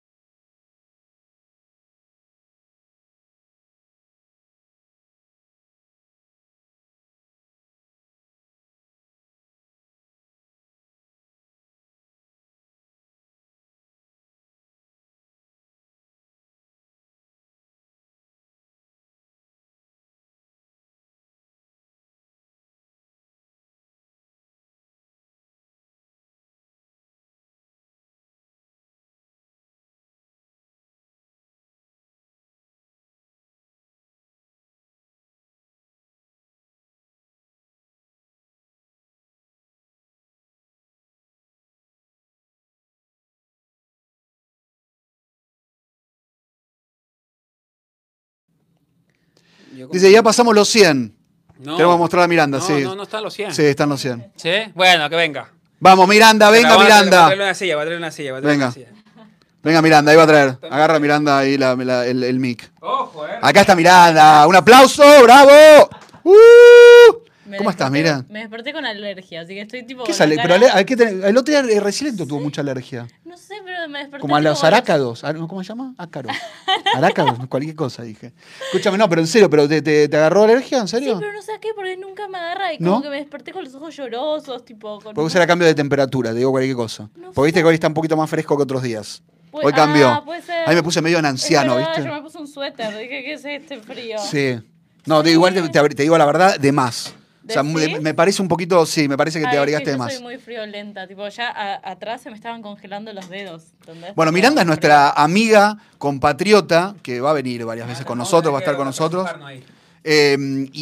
Yo como- Dice, ya pasamos los cien. No. Tenemos que mostrar a Miranda, no, sí. No, no están los cien. Sí, están los cien. ¿Sí? Bueno, que venga. Vamos, Miranda, venga, Aguanta, Voy a Miranda. traerle una silla, voy a traerle una silla. voy a traerle Venga. una silla. Venga, Miranda, ahí va a traer. Agarra Miranda ahí la- la- el, el mic. Ojo, eh. Acá está Miranda. Un aplauso, bravo. ¡Uh! Me ¿Cómo estás, desperté- Mira? Me desperté con alergia, así que estoy tipo. ¿Qué con sale? la Pero cara- ale- ¿qué te- el otro día eh, Resiliento tuvo mucha alergia. No sé, pero me desperté. Como a tipo los con arácados. Ah, ¿cómo se llama? Ácaros. Arácados, cualquier cosa, dije. Escúchame, no, pero en serio, ¿pero te, te, te agarró alergia? ¿En Sí, serio? pero no sé a qué, porque nunca me agarra y ¿No? como que me desperté con los ojos llorosos, tipo. Con Porque será cambio de temperatura, te digo cualquier cosa. No Porque viste sé. que hoy está un poquito más fresco que otros días. Pu- Hoy cambió. Ah, puede ser. Ahí me puse medio en anciano, Es verdad, ¿viste? Yo me puse un suéter, dije, ¿qué es este frío? Sí. No, te, igual te, te- te digo la verdad, de más. O sea, ¿Decís? me, me parece un poquito, sí, me parece que Ay, te es abrigaste que de yo más. soy muy friolenta, tipo, ya a- atrás se me estaban congelando los dedos. ¿entendés? Bueno, Tipo, Miranda es frío. nuestra amiga, compatriota, que va a venir varias veces con nosotros, va a estar con nosotros. Eh,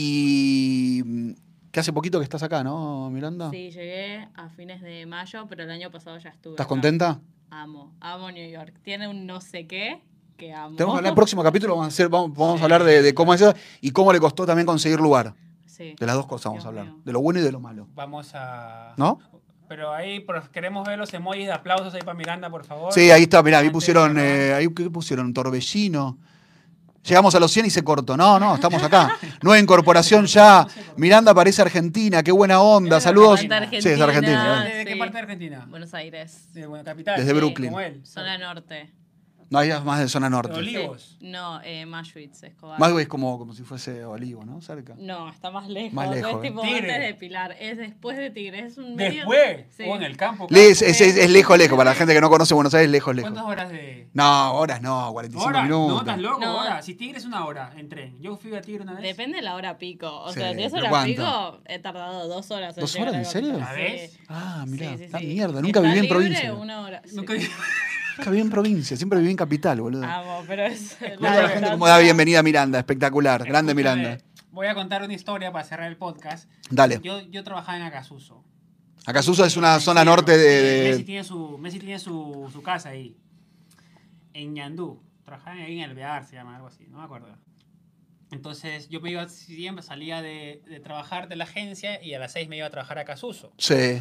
y que hace poquito que estás acá, ¿no, Miranda? Sí, llegué a fines de mayo, pero el año pasado ya estuve. ¿Estás acá. contenta? Amo, amo New York. Tiene un no sé qué que amo. Tenemos que hablar, el próximo capítulo vamos a, hacer, vamos, vamos a hablar de, de cómo es eso y cómo le costó también conseguir lugar. Sí. De las dos cosas vamos Dios a hablar. mío. De lo bueno y de lo malo. Vamos a... ¿No? Pero ahí por- queremos ver los emojis de aplausos ahí para Miranda, por favor. Sí, ahí está, mirá, ahí Antes pusieron, de- eh, ahí, ¿qué pusieron? Torbellino. Llegamos a los cien y se cortó. No, no, estamos acá. Nueva incorporación ya. Miranda parece argentina, qué buena onda. Es Saludos. Argentina. Sí, es argentina. ¿De, de qué Sí. parte de Argentina? Buenos Aires. De Buena Capital. Desde Sí, Brooklyn. Como él. Zona norte. No, ahí es más de zona De norte. Olivos. Sí. No, eh, Maschwitz, Escobar. Más es como, como si fuese Olivo, ¿no? Cerca. No, está más lejos. Más lejos, Es ¿eh? tipo Tigre. antes de Pilar. Es después de Tigre. Es un medio... Después. Sí. O en el campo. Le- Es, campo. es- es- es lejos, lejos. Para la gente que no conoce Buenos Aires, lejos, lejos. ¿Cuántas horas de...? No, horas no, cuarenta y cinco ¿Hora? No, minutos. estás loco, No. hora. Si Tigre es una hora en tren. Yo fui a Tigre una vez. Depende de la hora pico. O Sí, sea, si es ¿pero hora cuánto? pico, he tardado dos horas. en ¿Dos llegar horas? a ¿En serio? Capital. ¿La ves? Sí. Ah, mirá, Sí, sí, está sí. mierda. Si Nunca está viví en libre, provincia. Una hora. sí. Nunca... Nunca viví en provincia, siempre viví en capital, boludo. Amo, pero es. Mira la gente como da bienvenida a Miranda, espectacular. Grande Escúchame, Miranda. Voy a contar una historia para cerrar el podcast. Dale. Yo, yo trabajaba en Acasuso. Acasuso es una zona norte de. Messi de- tiene, su, Messi tiene su, su casa ahí. En Ñandú. Trabajaba ahí en Alvear, se llama, algo así, no me acuerdo. Entonces yo me iba siempre, salía de, de trabajar de la agencia y a las seis me iba a trabajar a Acasuso. Sí.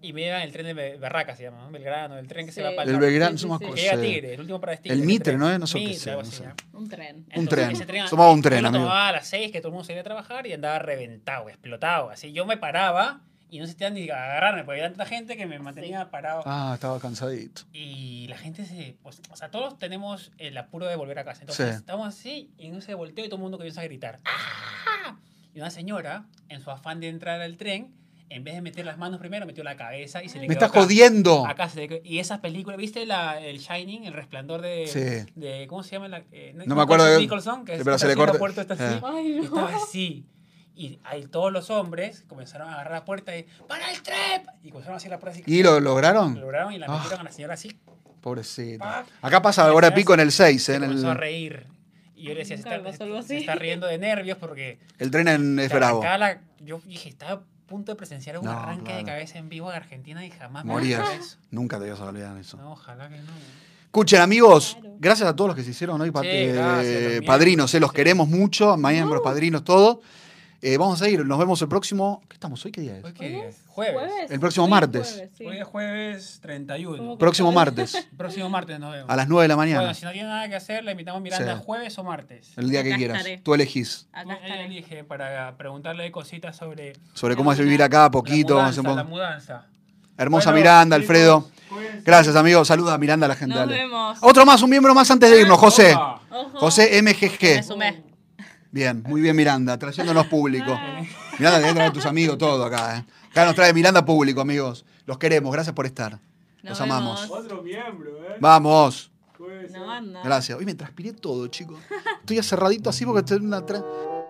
y me iba en el tren de Be- Barraca, se llama, ¿no? Belgrano, el tren que se Sí. va para El el norte. Belgrano, sí, no me sí, acuerdo, Que llega a sí. Tigre, el último para Tigre. El ese Mitre, tren. ¿no es? No sé qué Mitre, sea, algo no así, sé. ¿ya? Un tren. Un Entonces, tren. ese tren- Tomaba un yo tren, lo amigo. tomaba a las seis, que todo el mundo salía a trabajar y andaba reventado, explotado. Así yo me paraba y no se te ni a agarrarme, porque había tanta gente que me mantenía parado. Ah, estaba cansadito. Y la gente se. Pues, o sea, todos tenemos el apuro de volver a casa. Entonces, Sí. estamos así y no se volteó y todo el mundo comienza a gritar. ¡Ah! Y una señora, en su afán de entrar al tren, en vez de meter las manos primero, metió la cabeza y se le Me quedó estás acá. jodiendo. Acá se le quedó- Y esas películas, ¿viste la, el Shining, el resplandor de, Sí. de. ¿Cómo se llama? La, eh, No me acuerdo de- Nicholson, que Sí, es- pero está se le así en la corta- puerta, está así. Eh. Ay, Y no. estaba así. Y ahí todos los hombres comenzaron a agarrar la puerta y ¡para el tren! Y comenzaron a hacer la puerta así. ¿Y lo Lo lograron? lograron y la Ah. metieron a la señora así. Pobrecito. Pa. Acá pasa Y la ahora señora pico en se- el seis, Se en comenzó a el, reír. Y yo le decía, se Nunca está, me pasó algo se así. está riendo de nervios porque... el tren en es bravo. acá la- yo dije, estaba a punto de presenciar un No, arranque de claro. cabeza en vivo de Argentina y jamás me Morías. pasó eso. Nunca te ibas a olvidar de eso. No, ojalá que no. Escuchen, amigos, Claro. gracias a todos los que se hicieron hoy, pa- Sí, eh, gracias, también. padrinos, eh, los Sí. queremos mucho, miembros, padrinos, todos. Eh, vamos a ir, nos vemos el próximo. ¿Qué estamos hoy? ¿Qué día es? ¿Hoy qué ¿Hoy día es es? Jueves. ¿Jueves? El próximo Hoy es martes. jueves, sí. Hoy es jueves treinta y uno. ¿Cómo que Próximo jueves? martes, El próximo martes nos vemos. a las nueve de la Bueno, mañana, si no tiene nada que hacer, le invitamos a Miranda Sí. jueves o martes. el día que Acá quieras. estaré. Tú elegís Acá No, ella estaré. elige para preguntarle cositas sobre sobre cómo es vivir acá, poquito. la vamos a mudanza. hacer un La poco- mudanza. Hermosa Bueno, Miranda, chicos, Alfredo. cuídense. Gracias, amigos. Saluda a Miranda a la gente. Nos dale. vemos. Otro más, un miembro más antes de irnos, José. Opa. Ojo. José M G Me G. sumé. Bien, muy bien, Miranda, trayéndonos público. Miranda, te traer a tus amigos todo acá, ¿eh? Acá nos trae Miranda público, amigos. Los queremos, gracias por estar. Nos Los amamos. vemos. Otro miembro, ¿eh? Vamos. Una banda. Gracias. Hoy me transpiré todo, chicos. Estoy acerradito así porque estoy en una... tra-